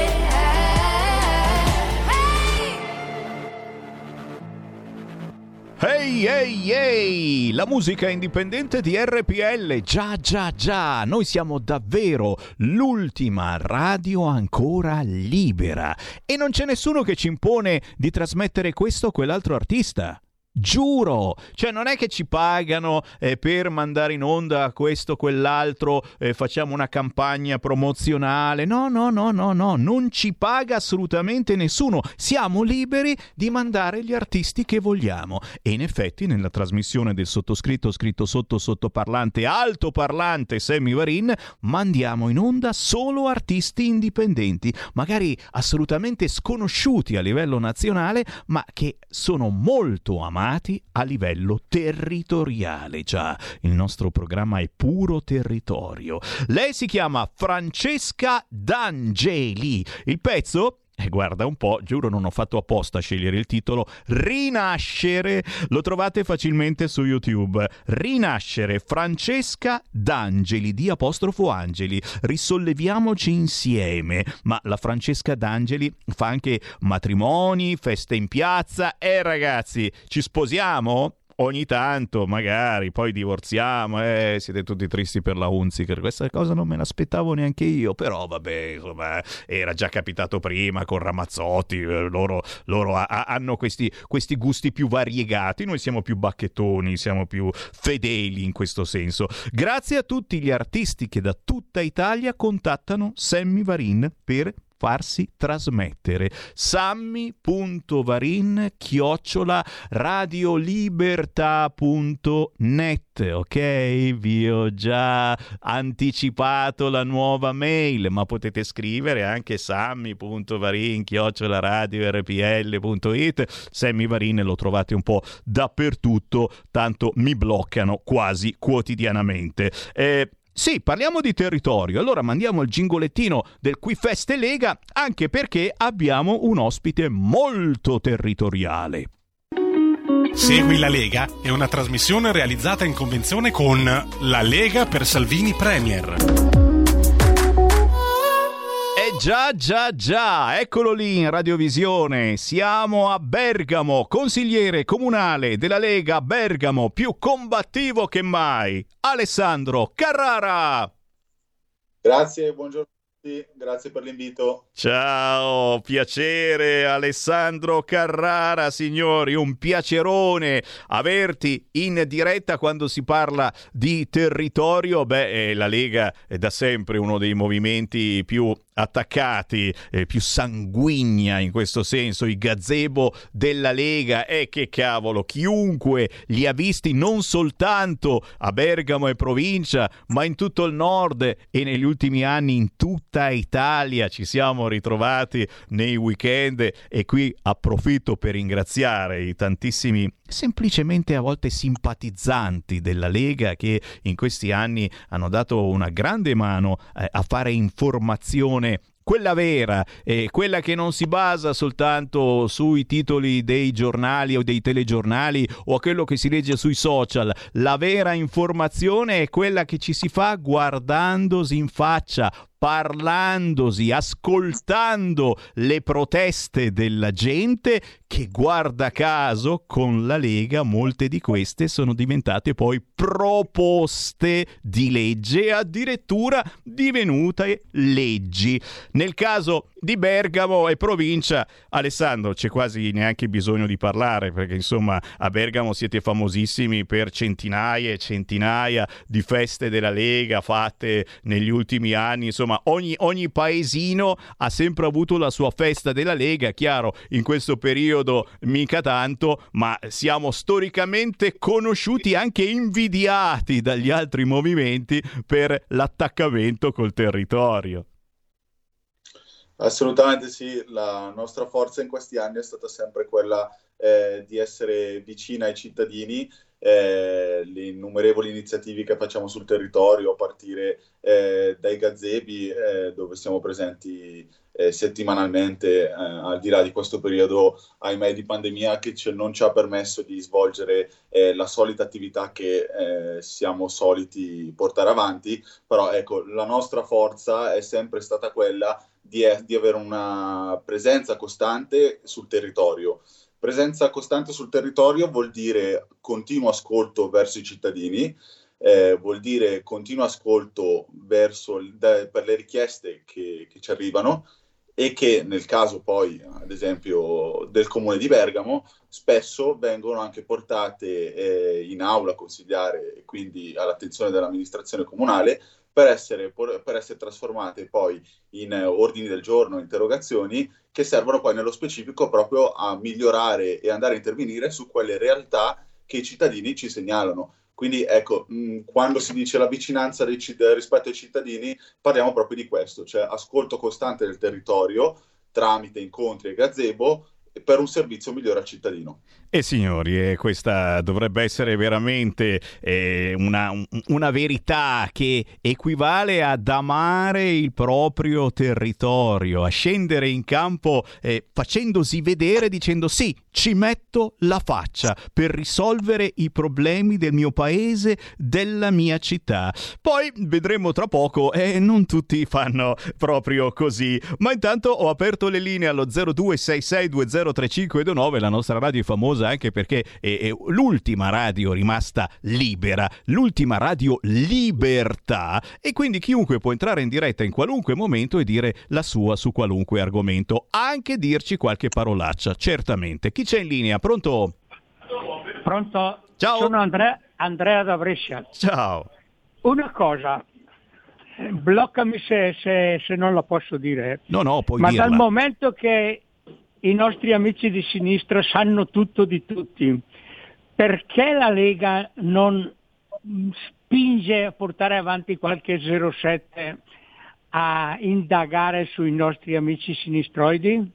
Ehi, ehi, ehi! La musica indipendente di R P L, già, già, già! Noi siamo davvero l'ultima radio ancora libera e non c'è nessuno che ci impone di trasmettere questo o quell'altro artista. Giuro, cioè non è che ci pagano eh, per mandare in onda questo o quell'altro, eh, facciamo una campagna promozionale, no, no, no, no, no, non ci paga assolutamente nessuno, siamo liberi di mandare gli artisti che vogliamo. E in effetti nella trasmissione del sottoscritto scritto sotto sottoparlante altoparlante Sammy Varin mandiamo in onda solo artisti indipendenti, magari assolutamente sconosciuti a livello nazionale, ma che sono molto amati a livello territoriale. Già, il nostro programma è puro territorio. Lei si chiama Francesca D'Angeli. Il pezzo? E guarda un po', giuro non ho fatto apposta a scegliere il titolo. Rinascere, lo trovate facilmente su YouTube. Rinascere, Francesca D'Angeli, di apostrofo Angeli. Risolleviamoci insieme. Ma la Francesca D'Angeli fa anche matrimoni, feste in piazza. E eh, ragazzi, ci sposiamo? ogni tanto magari poi divorziamo, eh, siete tutti tristi per la Hunziker, questa cosa non me l'aspettavo neanche io, però vabbè, insomma, era già capitato prima con Ramazzotti, eh, loro, loro ha, hanno questi, questi gusti più variegati, noi siamo più bacchettoni, siamo più fedeli in questo senso. Grazie a tutti gli artisti che da tutta Italia contattano Sammy Varin per farsi trasmettere. sammy.varin chiocciola radiolibertà punto net. Ok, vi ho già anticipato la nuova mail, ma potete scrivere anche sammy.varin chiocciola radio r p l punto it. Sammy Varin lo trovate un po' dappertutto, tanto mi bloccano quasi quotidianamente. Eh, Sì, parliamo di territorio. Allora mandiamo il gingolettino del Qui Feste Lega, anche perché abbiamo un ospite molto territoriale. Segui la Lega è una trasmissione realizzata in convenzione con La Lega per Salvini Premier. Eh già, già, già, eccolo lì in radiovisione, siamo a Bergamo, consigliere comunale della Lega Bergamo, più combattivo che mai, Alessandro Carrara. Grazie, buongiorno a tutti, grazie per l'invito. Ciao, piacere Alessandro Carrara, signori, un piacerone averti in diretta quando si parla di territorio. Beh, eh, la Lega è da sempre uno dei movimenti più attaccati, eh, più sanguigna in questo senso, i gazebo della Lega, e eh, che cavolo, chiunque li ha visti non soltanto a Bergamo e provincia, ma in tutto il nord e negli ultimi anni in tutta Italia. Ci siamo ritrovati nei weekend e qui approfitto per ringraziare i tantissimi semplicemente a volte simpatizzanti della Lega che in questi anni hanno dato una grande mano eh, a fare informazione, quella vera, eh, quella che non si basa soltanto sui titoli dei giornali o dei telegiornali o a quello che si legge sui social. La vera informazione è quella che ci si fa guardandosi in faccia, parlandosi, ascoltando le proteste della gente che, guarda caso, con la Lega molte di queste sono diventate poi proposte di legge e addirittura divenute leggi. Nel caso di Bergamo e provincia, Alessandro, c'è quasi neanche bisogno di parlare, perché insomma a Bergamo siete famosissimi per centinaia e centinaia di feste della Lega fatte negli ultimi anni. Insomma ogni, ogni paesino ha sempre avuto la sua festa della Lega. Chiaro, in questo periodo mica tanto, ma siamo storicamente conosciuti, anche invidiati dagli altri movimenti per l'attaccamento col territorio. Assolutamente sì, la nostra forza in questi anni è stata sempre quella eh, di essere vicina ai cittadini. Eh, le innumerevoli iniziative che facciamo sul territorio, a partire eh, dai gazebi eh, dove siamo presenti eh, settimanalmente, eh, al di là di questo periodo ahimè di pandemia che ce, non ci ha permesso di svolgere eh, la solita attività che eh, siamo soliti portare avanti, però ecco, la nostra forza è sempre stata quella di, di avere una presenza costante sul territorio. Presenza costante sul territorio vuol dire continuo ascolto verso i cittadini, eh, vuol dire continuo ascolto verso de, per le richieste che, che ci arrivano e che nel caso poi, ad esempio, del Comune di Bergamo, spesso vengono anche portate eh, in aula a consigliare e quindi all'attenzione dell'amministrazione comunale per essere, per essere trasformate poi in eh, ordini del giorno, interrogazioni che servono poi nello specifico proprio a migliorare e andare a intervenire su quelle realtà che i cittadini ci segnalano. Quindi ecco, mh, quando si dice la vicinanza dei citt- rispetto ai cittadini, parliamo proprio di questo, cioè ascolto costante del territorio tramite incontri e gazebo per un servizio migliore al cittadino. E signori, eh, questa dovrebbe essere veramente eh, una, una verità che equivale ad amare il proprio territorio, a scendere in campo eh, facendosi vedere, dicendo sì, ci metto la faccia per risolvere i problemi del mio paese, della mia città. Poi vedremo tra poco, e eh, non tutti fanno proprio così, ma intanto ho aperto le linee allo zero due sei sei due zero zero tre cinque due nove. La nostra radio è famosa anche perché è, è l'ultima radio rimasta libera, l'ultima radio libertà, e quindi chiunque può entrare in diretta in qualunque momento e dire la sua su qualunque argomento, anche dirci qualche parolaccia, certamente. Chi c'è in linea? Pronto? Pronto? Ciao. Sono Andrea, Andrea da Brescia. Ciao. Una cosa, bloccami se, se, se non la posso dire. No, no, puoi Ma dirla. dal momento che i nostri amici di sinistra sanno tutto di tutti, perché la Lega non spinge a portare avanti qualche zero sette a indagare sui nostri amici sinistroidi?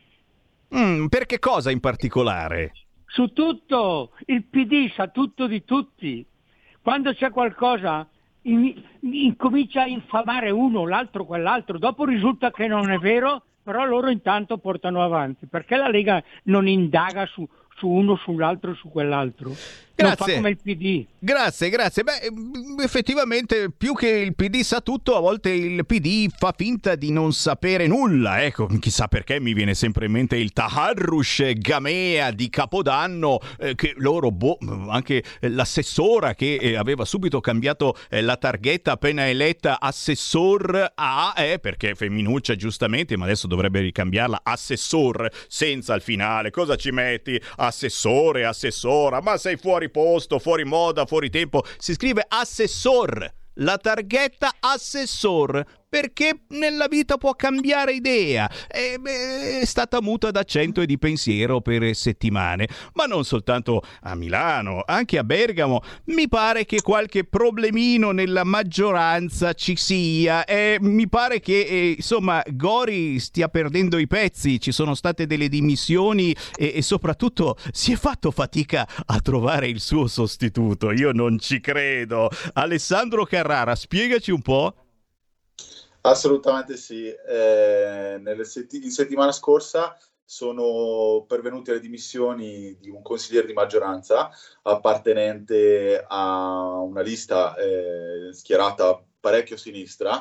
Mm, per che cosa in particolare? Su tutto, il P D sa tutto di tutti. Quando c'è qualcosa in, incomincia a infamare uno, l'altro, quell'altro, dopo risulta che non è vero, però loro intanto portano avanti. Perché la Lega non indaga su, su uno, sull'altro, su quell'altro? Non fa Grazie. come il P D. Grazie, grazie. Beh, effettivamente più che il P D sa tutto, a volte il P D fa finta di non sapere nulla. Ecco, chissà perché mi viene sempre in mente il Taharrush Gamea di Capodanno, eh, che loro, boh, anche l'assessora che eh, aveva subito cambiato eh, la targhetta appena eletta assessor a, eh, perché femminuccia giustamente, ma adesso dovrebbe ricambiarla assessor senza il finale. Cosa ci metti? Assessore, assessora, ma sei fuori posto, fuori moda, fuori tempo. Si scrive assessor, la targhetta assessor, perché nella vita può cambiare idea. E, beh, è stata muta d'accento e di pensiero per settimane, ma non soltanto a Milano, anche a Bergamo. Mi pare che qualche problemino nella maggioranza ci sia, e mi pare che eh, insomma Gori stia perdendo i pezzi. Ci sono state delle dimissioni e, e soprattutto si è fatto fatica a trovare il suo sostituto. Io non ci credo. Alessandro Carrara, spiegaci un po'. Assolutamente sì. Eh, nelle setti- in settimana scorsa sono pervenute le dimissioni di un consigliere di maggioranza appartenente a una lista eh, schierata parecchio a sinistra,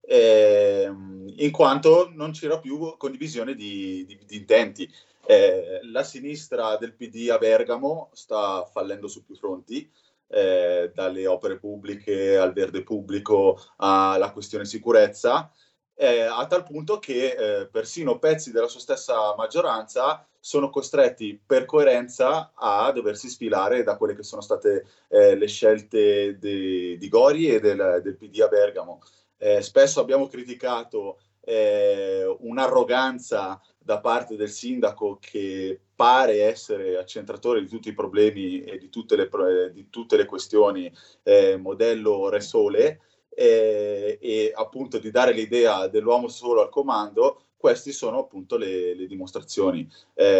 eh, in quanto non c'era più condivisione di, di, di intenti. Eh, la sinistra del P D a Bergamo sta fallendo su più fronti. Eh, dalle opere pubbliche al verde pubblico alla questione sicurezza, eh, a tal punto che eh, persino pezzi della sua stessa maggioranza sono costretti per coerenza a doversi sfilare da quelle che sono state eh, le scelte de, di Gori e del, del P D a Bergamo. Eh, spesso abbiamo criticato eh, un'arroganza da parte del sindaco che pare essere accentratore di tutti i problemi e di tutte le, di tutte le questioni, eh, modello Re Sole, eh, e appunto di dare l'idea dell'uomo solo al comando. Queste sono appunto le, le dimostrazioni.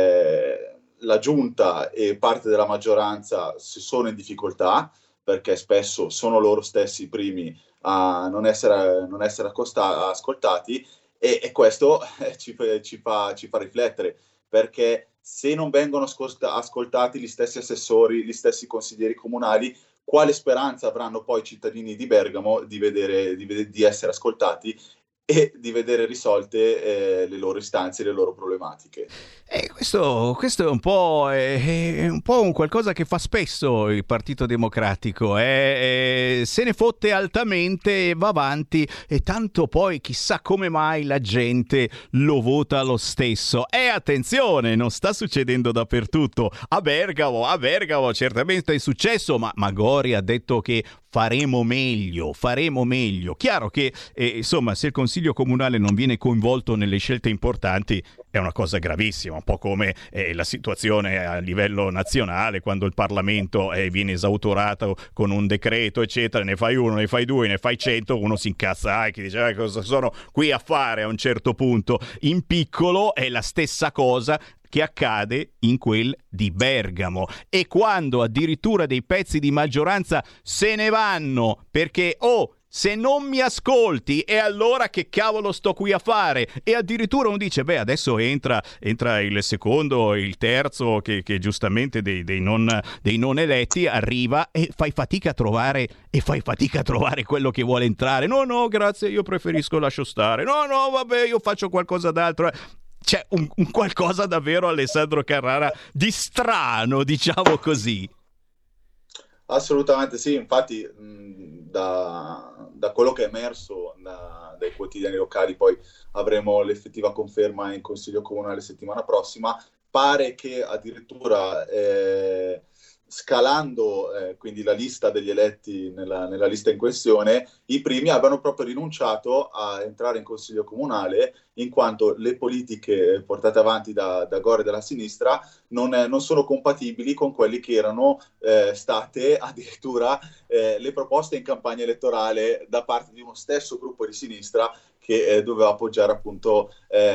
Eh, la giunta e parte della maggioranza si sono in difficoltà perché spesso sono loro stessi i primi a non essere, non essere accosta- ascoltati, e, e questo eh, ci, ci, fa, ci fa riflettere, perché se non vengono ascolta- ascoltati gli stessi assessori, gli stessi consiglieri comunali, quale speranza avranno poi i cittadini di Bergamo di, vedere, di, ved- di essere ascoltati e di vedere risolte eh, le loro istanze, le loro problematiche? E questo, questo è un po', è, è un po' un qualcosa che fa spesso il Partito Democratico, eh? Eh, se ne fotte altamente, va avanti, e tanto poi chissà come mai la gente lo vota lo stesso. E attenzione, non sta succedendo dappertutto. A Bergamo, a Bergamo certamente è successo, ma Magori ha detto che faremo meglio, faremo meglio. Chiaro che eh, insomma, se il Consiglio Comunale non viene coinvolto nelle scelte importanti è una cosa gravissima, un po' come eh, la situazione a livello nazionale, quando il Parlamento eh, viene esautorato con un decreto eccetera, ne fai uno, ne fai due, ne fai cento, uno si incazza anche, dice ah, cosa sono qui a fare a un certo punto. In piccolo è la stessa cosa che accade in quel di Bergamo, e quando addirittura dei pezzi di maggioranza se ne vanno perché oh, se non mi ascolti, e allora che cavolo sto qui a fare? E addirittura uno dice beh, adesso entra, entra il secondo, il terzo che, che giustamente dei, dei, non, dei non eletti arriva, e fai fatica a trovare e fai fatica a trovare quello che vuole entrare. No no grazie, io preferisco lascio stare. No no vabbè, io faccio qualcosa d'altro. c'è un, un qualcosa davvero, Alessandro Carrara, di strano, diciamo così. Assolutamente sì, infatti mh, da, da quello che è emerso da, dai quotidiani locali, poi avremo l'effettiva conferma in Consiglio Comunale settimana prossima, pare che addirittura eh, scalando eh, quindi la lista degli eletti nella, nella lista in questione, i primi abbiano proprio rinunciato a entrare in Consiglio Comunale, in quanto le politiche portate avanti da, da Gore della sinistra non, è, non sono compatibili con quelli che erano eh, state addirittura eh, le proposte in campagna elettorale da parte di uno stesso gruppo di sinistra che eh, doveva appoggiare appunto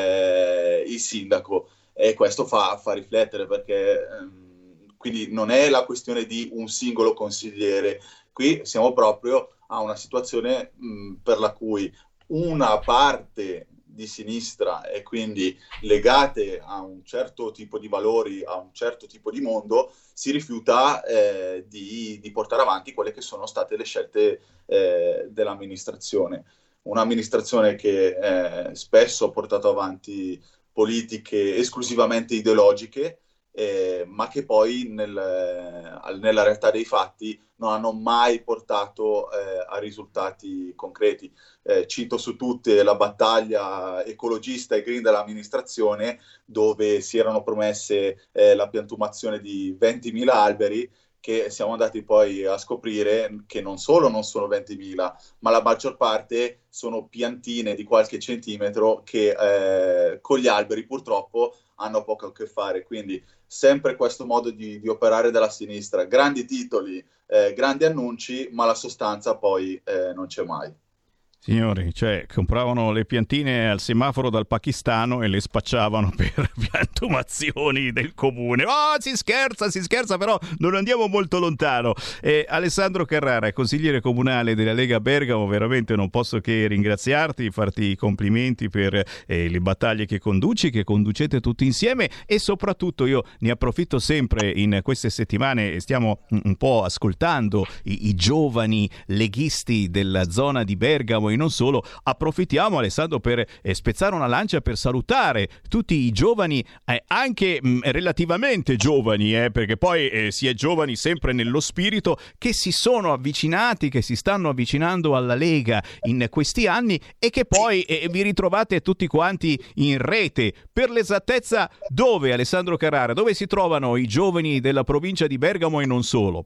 eh, il sindaco. E questo fa, fa riflettere, perché ehm, quindi non è la questione di un singolo consigliere, qui siamo proprio a una situazione mh, per la cui una parte di sinistra e quindi legate a un certo tipo di valori, a un certo tipo di mondo, si rifiuta eh, di, di portare avanti quelle che sono state le scelte eh, dell'amministrazione. Un'amministrazione che eh, spesso ha portato avanti politiche esclusivamente ideologiche, Eh, ma che poi nel, eh, nella realtà dei fatti non hanno mai portato eh, a risultati concreti. Eh, cito su tutte la battaglia ecologista e green dell'amministrazione, dove si erano promesse eh, la piantumazione di ventimila alberi, che siamo andati poi a scoprire che non solo non sono ventimila, ma la maggior parte sono piantine di qualche centimetro che eh, con gli alberi purtroppo hanno poco a che fare. Quindi sempre questo modo di, di operare della sinistra, grandi titoli, eh, grandi annunci, ma la sostanza poi eh, non c'è mai. Signori, cioè, compravano le piantine al semaforo dal pakistano e le spacciavano per piantumazioni del comune. Oh, si scherza, si scherza, però non andiamo molto lontano. Eh, Alessandro Carrara, consigliere comunale della Lega Bergamo, veramente non posso che ringraziarti, farti i complimenti per eh, le battaglie che conduci, che conducete tutti insieme, e soprattutto io ne approfitto sempre in queste settimane e stiamo un po' ascoltando i, i giovani leghisti della zona di Bergamo e non solo. Approfittiamo, Alessandro, per eh, spezzare una lancia, per salutare tutti i giovani, eh, anche mh, relativamente giovani, eh, perché poi eh, si è giovani sempre nello spirito, che si sono avvicinati, che si stanno avvicinando alla Lega in questi anni e che poi eh, vi ritrovate tutti quanti in rete. Per l'esattezza, dove, Alessandro Carrara, dove si trovano i giovani della provincia di Bergamo e non solo?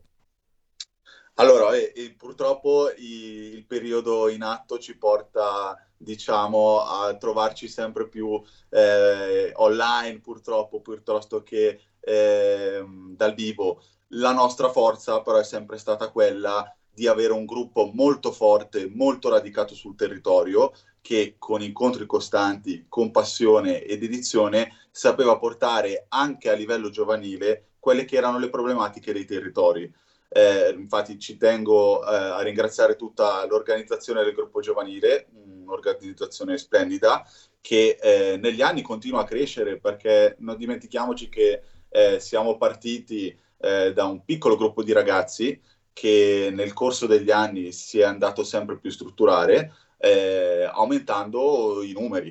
Allora, eh, eh, purtroppo i, il periodo in atto ci porta, diciamo, a trovarci sempre più eh, online, purtroppo, piuttosto che eh, dal vivo. La nostra forza però è sempre stata quella di avere un gruppo molto forte, molto radicato sul territorio, che con incontri costanti, con passione e dedizione sapeva portare anche a livello giovanile quelle che erano le problematiche dei territori. Eh, infatti ci tengo eh, a ringraziare tutta l'organizzazione del gruppo giovanile, un'organizzazione splendida che eh, negli anni continua a crescere, perché non dimentichiamoci che eh, siamo partiti eh, da un piccolo gruppo di ragazzi che nel corso degli anni si è andato sempre più strutturare, eh, aumentando i numeri.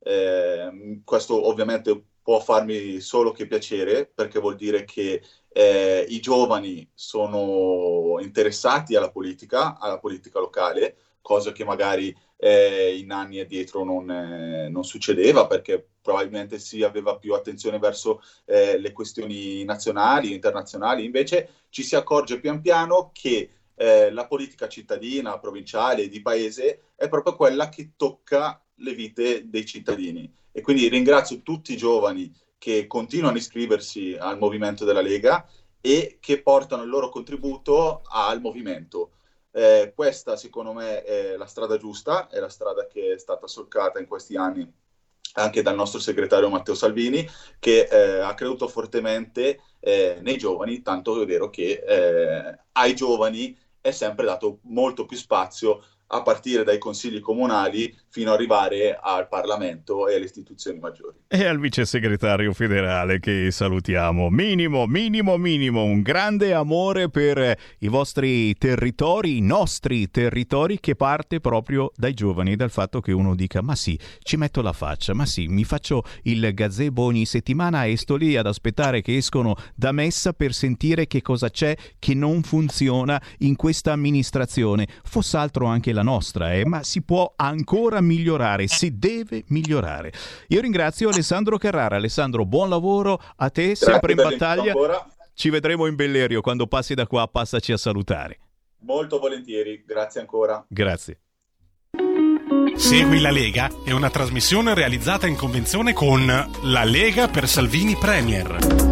Eh, questo ovviamente può farmi solo che piacere, perché vuol dire che eh, i giovani sono interessati alla politica, alla politica locale, cosa che magari eh, in anni addietro non, eh, non succedeva, perché probabilmente si aveva più attenzione verso eh, le questioni nazionali, internazionali. Invece ci si accorge pian piano che eh, la politica cittadina, provinciale, di paese è proprio quella che tocca le vite dei cittadini. E quindi ringrazio tutti i giovani che continuano a iscriversi al movimento della Lega e che portano il loro contributo al movimento. Eh, questa secondo me è la strada giusta, è la strada che è stata solcata in questi anni anche dal nostro segretario Matteo Salvini, che eh, ha creduto fortemente eh, nei giovani, tanto è vero che eh, ai giovani è sempre dato molto più spazio, a partire dai consigli comunali fino ad arrivare al Parlamento e alle istituzioni maggiori. E al vice segretario federale che salutiamo. Minimo, minimo, minimo, un grande amore per i vostri territori, i nostri territori, che parte proprio dai giovani, dal fatto che uno dica ma sì, ci metto la faccia, ma sì, mi faccio il gazebo ogni settimana e sto lì ad aspettare che escono da messa per sentire che cosa c'è che non funziona in questa amministrazione, foss'altro anche la nostra, eh, ma si può ancora migliorare, si deve migliorare. Io ringrazio Alessandro Carrara. Alessandro, buon lavoro a te, Grazie, sempre in battaglia. Ancora. Ci vedremo in Bellerio, quando passi da qua passaci a salutare. Molto volentieri, grazie ancora. Grazie. Segui la Lega è una trasmissione realizzata in convenzione con La Lega per Salvini Premier.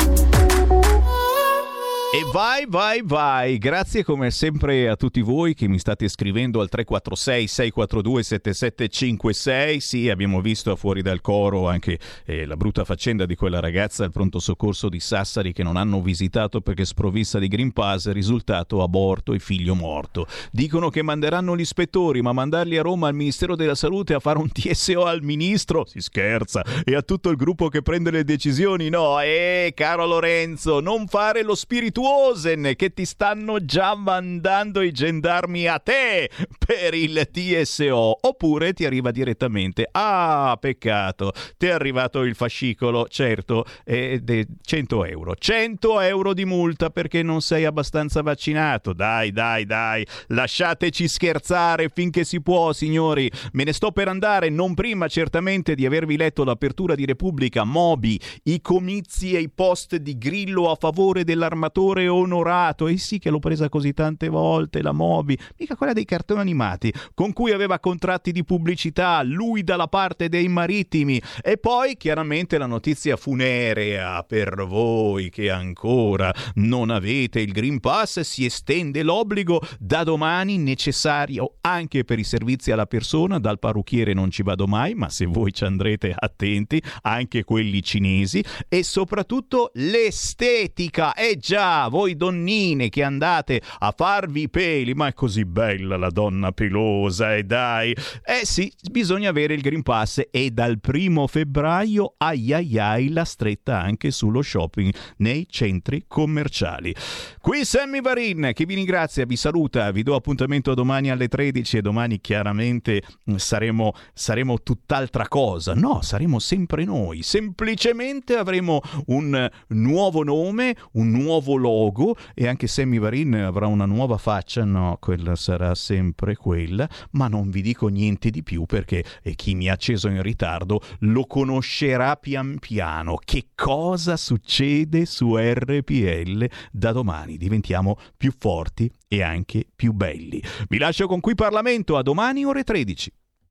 E vai, vai, vai. Grazie come sempre a tutti voi che mi state scrivendo al tre quattro sei sei quattro due sette sette cinque sei. Sì, abbiamo visto fuori dal coro anche eh, la brutta faccenda di quella ragazza al pronto soccorso di Sassari che non hanno visitato perché sprovvista di Green Pass, risultato aborto e figlio morto. Dicono che manderanno gli ispettori, ma mandarli a Roma al Ministero della Salute a fare un T S O al ministro? Si scherza. E a tutto il gruppo che prende le decisioni? No, eh, caro Lorenzo, non fare lo spirituoso che ti stanno già mandando i gendarmi a te per il T S O, oppure ti arriva direttamente. Ah, peccato, ti è arrivato il fascicolo, certo, eh, de cento euro cento euro di multa perché non sei abbastanza vaccinato. Dai, dai, dai, lasciateci scherzare finché si può, signori. Me ne sto per andare, non prima certamente di avervi letto l'apertura di Repubblica, Moby, i comizi e i post di Grillo a favore dell'armatore onorato. E sì che l'ho presa così tante volte la Moby, mica quella dei cartoni animati, con cui aveva contratti di pubblicità, lui dalla parte dei marittimi. E poi chiaramente la notizia funerea per voi che ancora non avete il Green Pass: si estende l'obbligo da domani, necessario anche per i servizi alla persona. Dal parrucchiere non ci vado mai, ma se voi ci andrete attenti, anche quelli cinesi. E soprattutto l'estetica. Eh già, voi donnine che andate a farvi i peli, ma è così bella la donna pelosa, e dai. Eh sì, bisogna avere il Green Pass, e dal primo febbraio ai ai ai la stretta anche sullo shopping nei centri commerciali. Qui Sammy Varin che vi ringrazia, vi saluta, vi do appuntamento domani alle tredici, e domani chiaramente saremo, saremo tutt'altra cosa. No, saremo sempre noi, semplicemente avremo un nuovo nome, un nuovo logo, e anche Sammy Varin avrà una nuova faccia. No, quella sarà sempre quella, ma non vi dico niente di più perché e chi mi ha acceso in ritardo lo conoscerà pian piano. Che cosa succede su R P L da domani? Diventiamo più forti e anche più belli. Vi lascio con Qui Parlamento, a domani ore tredici.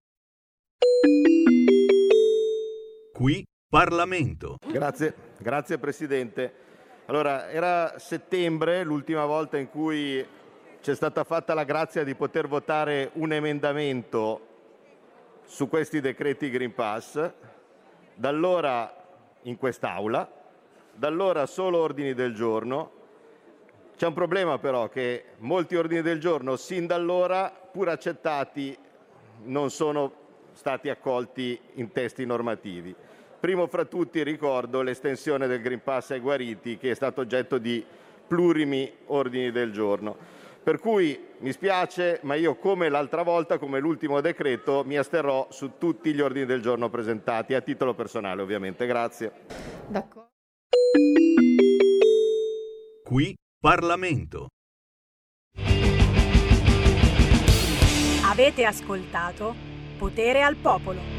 Qui Parlamento. Grazie, grazie Presidente. Allora, era settembre l'ultima volta in cui c'è stata fatta la grazia di poter votare un emendamento su questi decreti Green Pass. Da allora in quest'Aula, da allora solo ordini del giorno. C'è un problema però, che molti ordini del giorno sin da allora, pur accettati, non sono stati accolti in testi normativi. Primo fra tutti ricordo l'estensione del Green Pass ai guariti, che è stato oggetto di plurimi ordini del giorno. Per cui mi spiace, ma io, come l'altra volta, come l'ultimo decreto, mi asterrò su tutti gli ordini del giorno presentati, a titolo personale ovviamente. Grazie. D'accordo. Qui Parlamento. Avete ascoltato Potere al Popolo.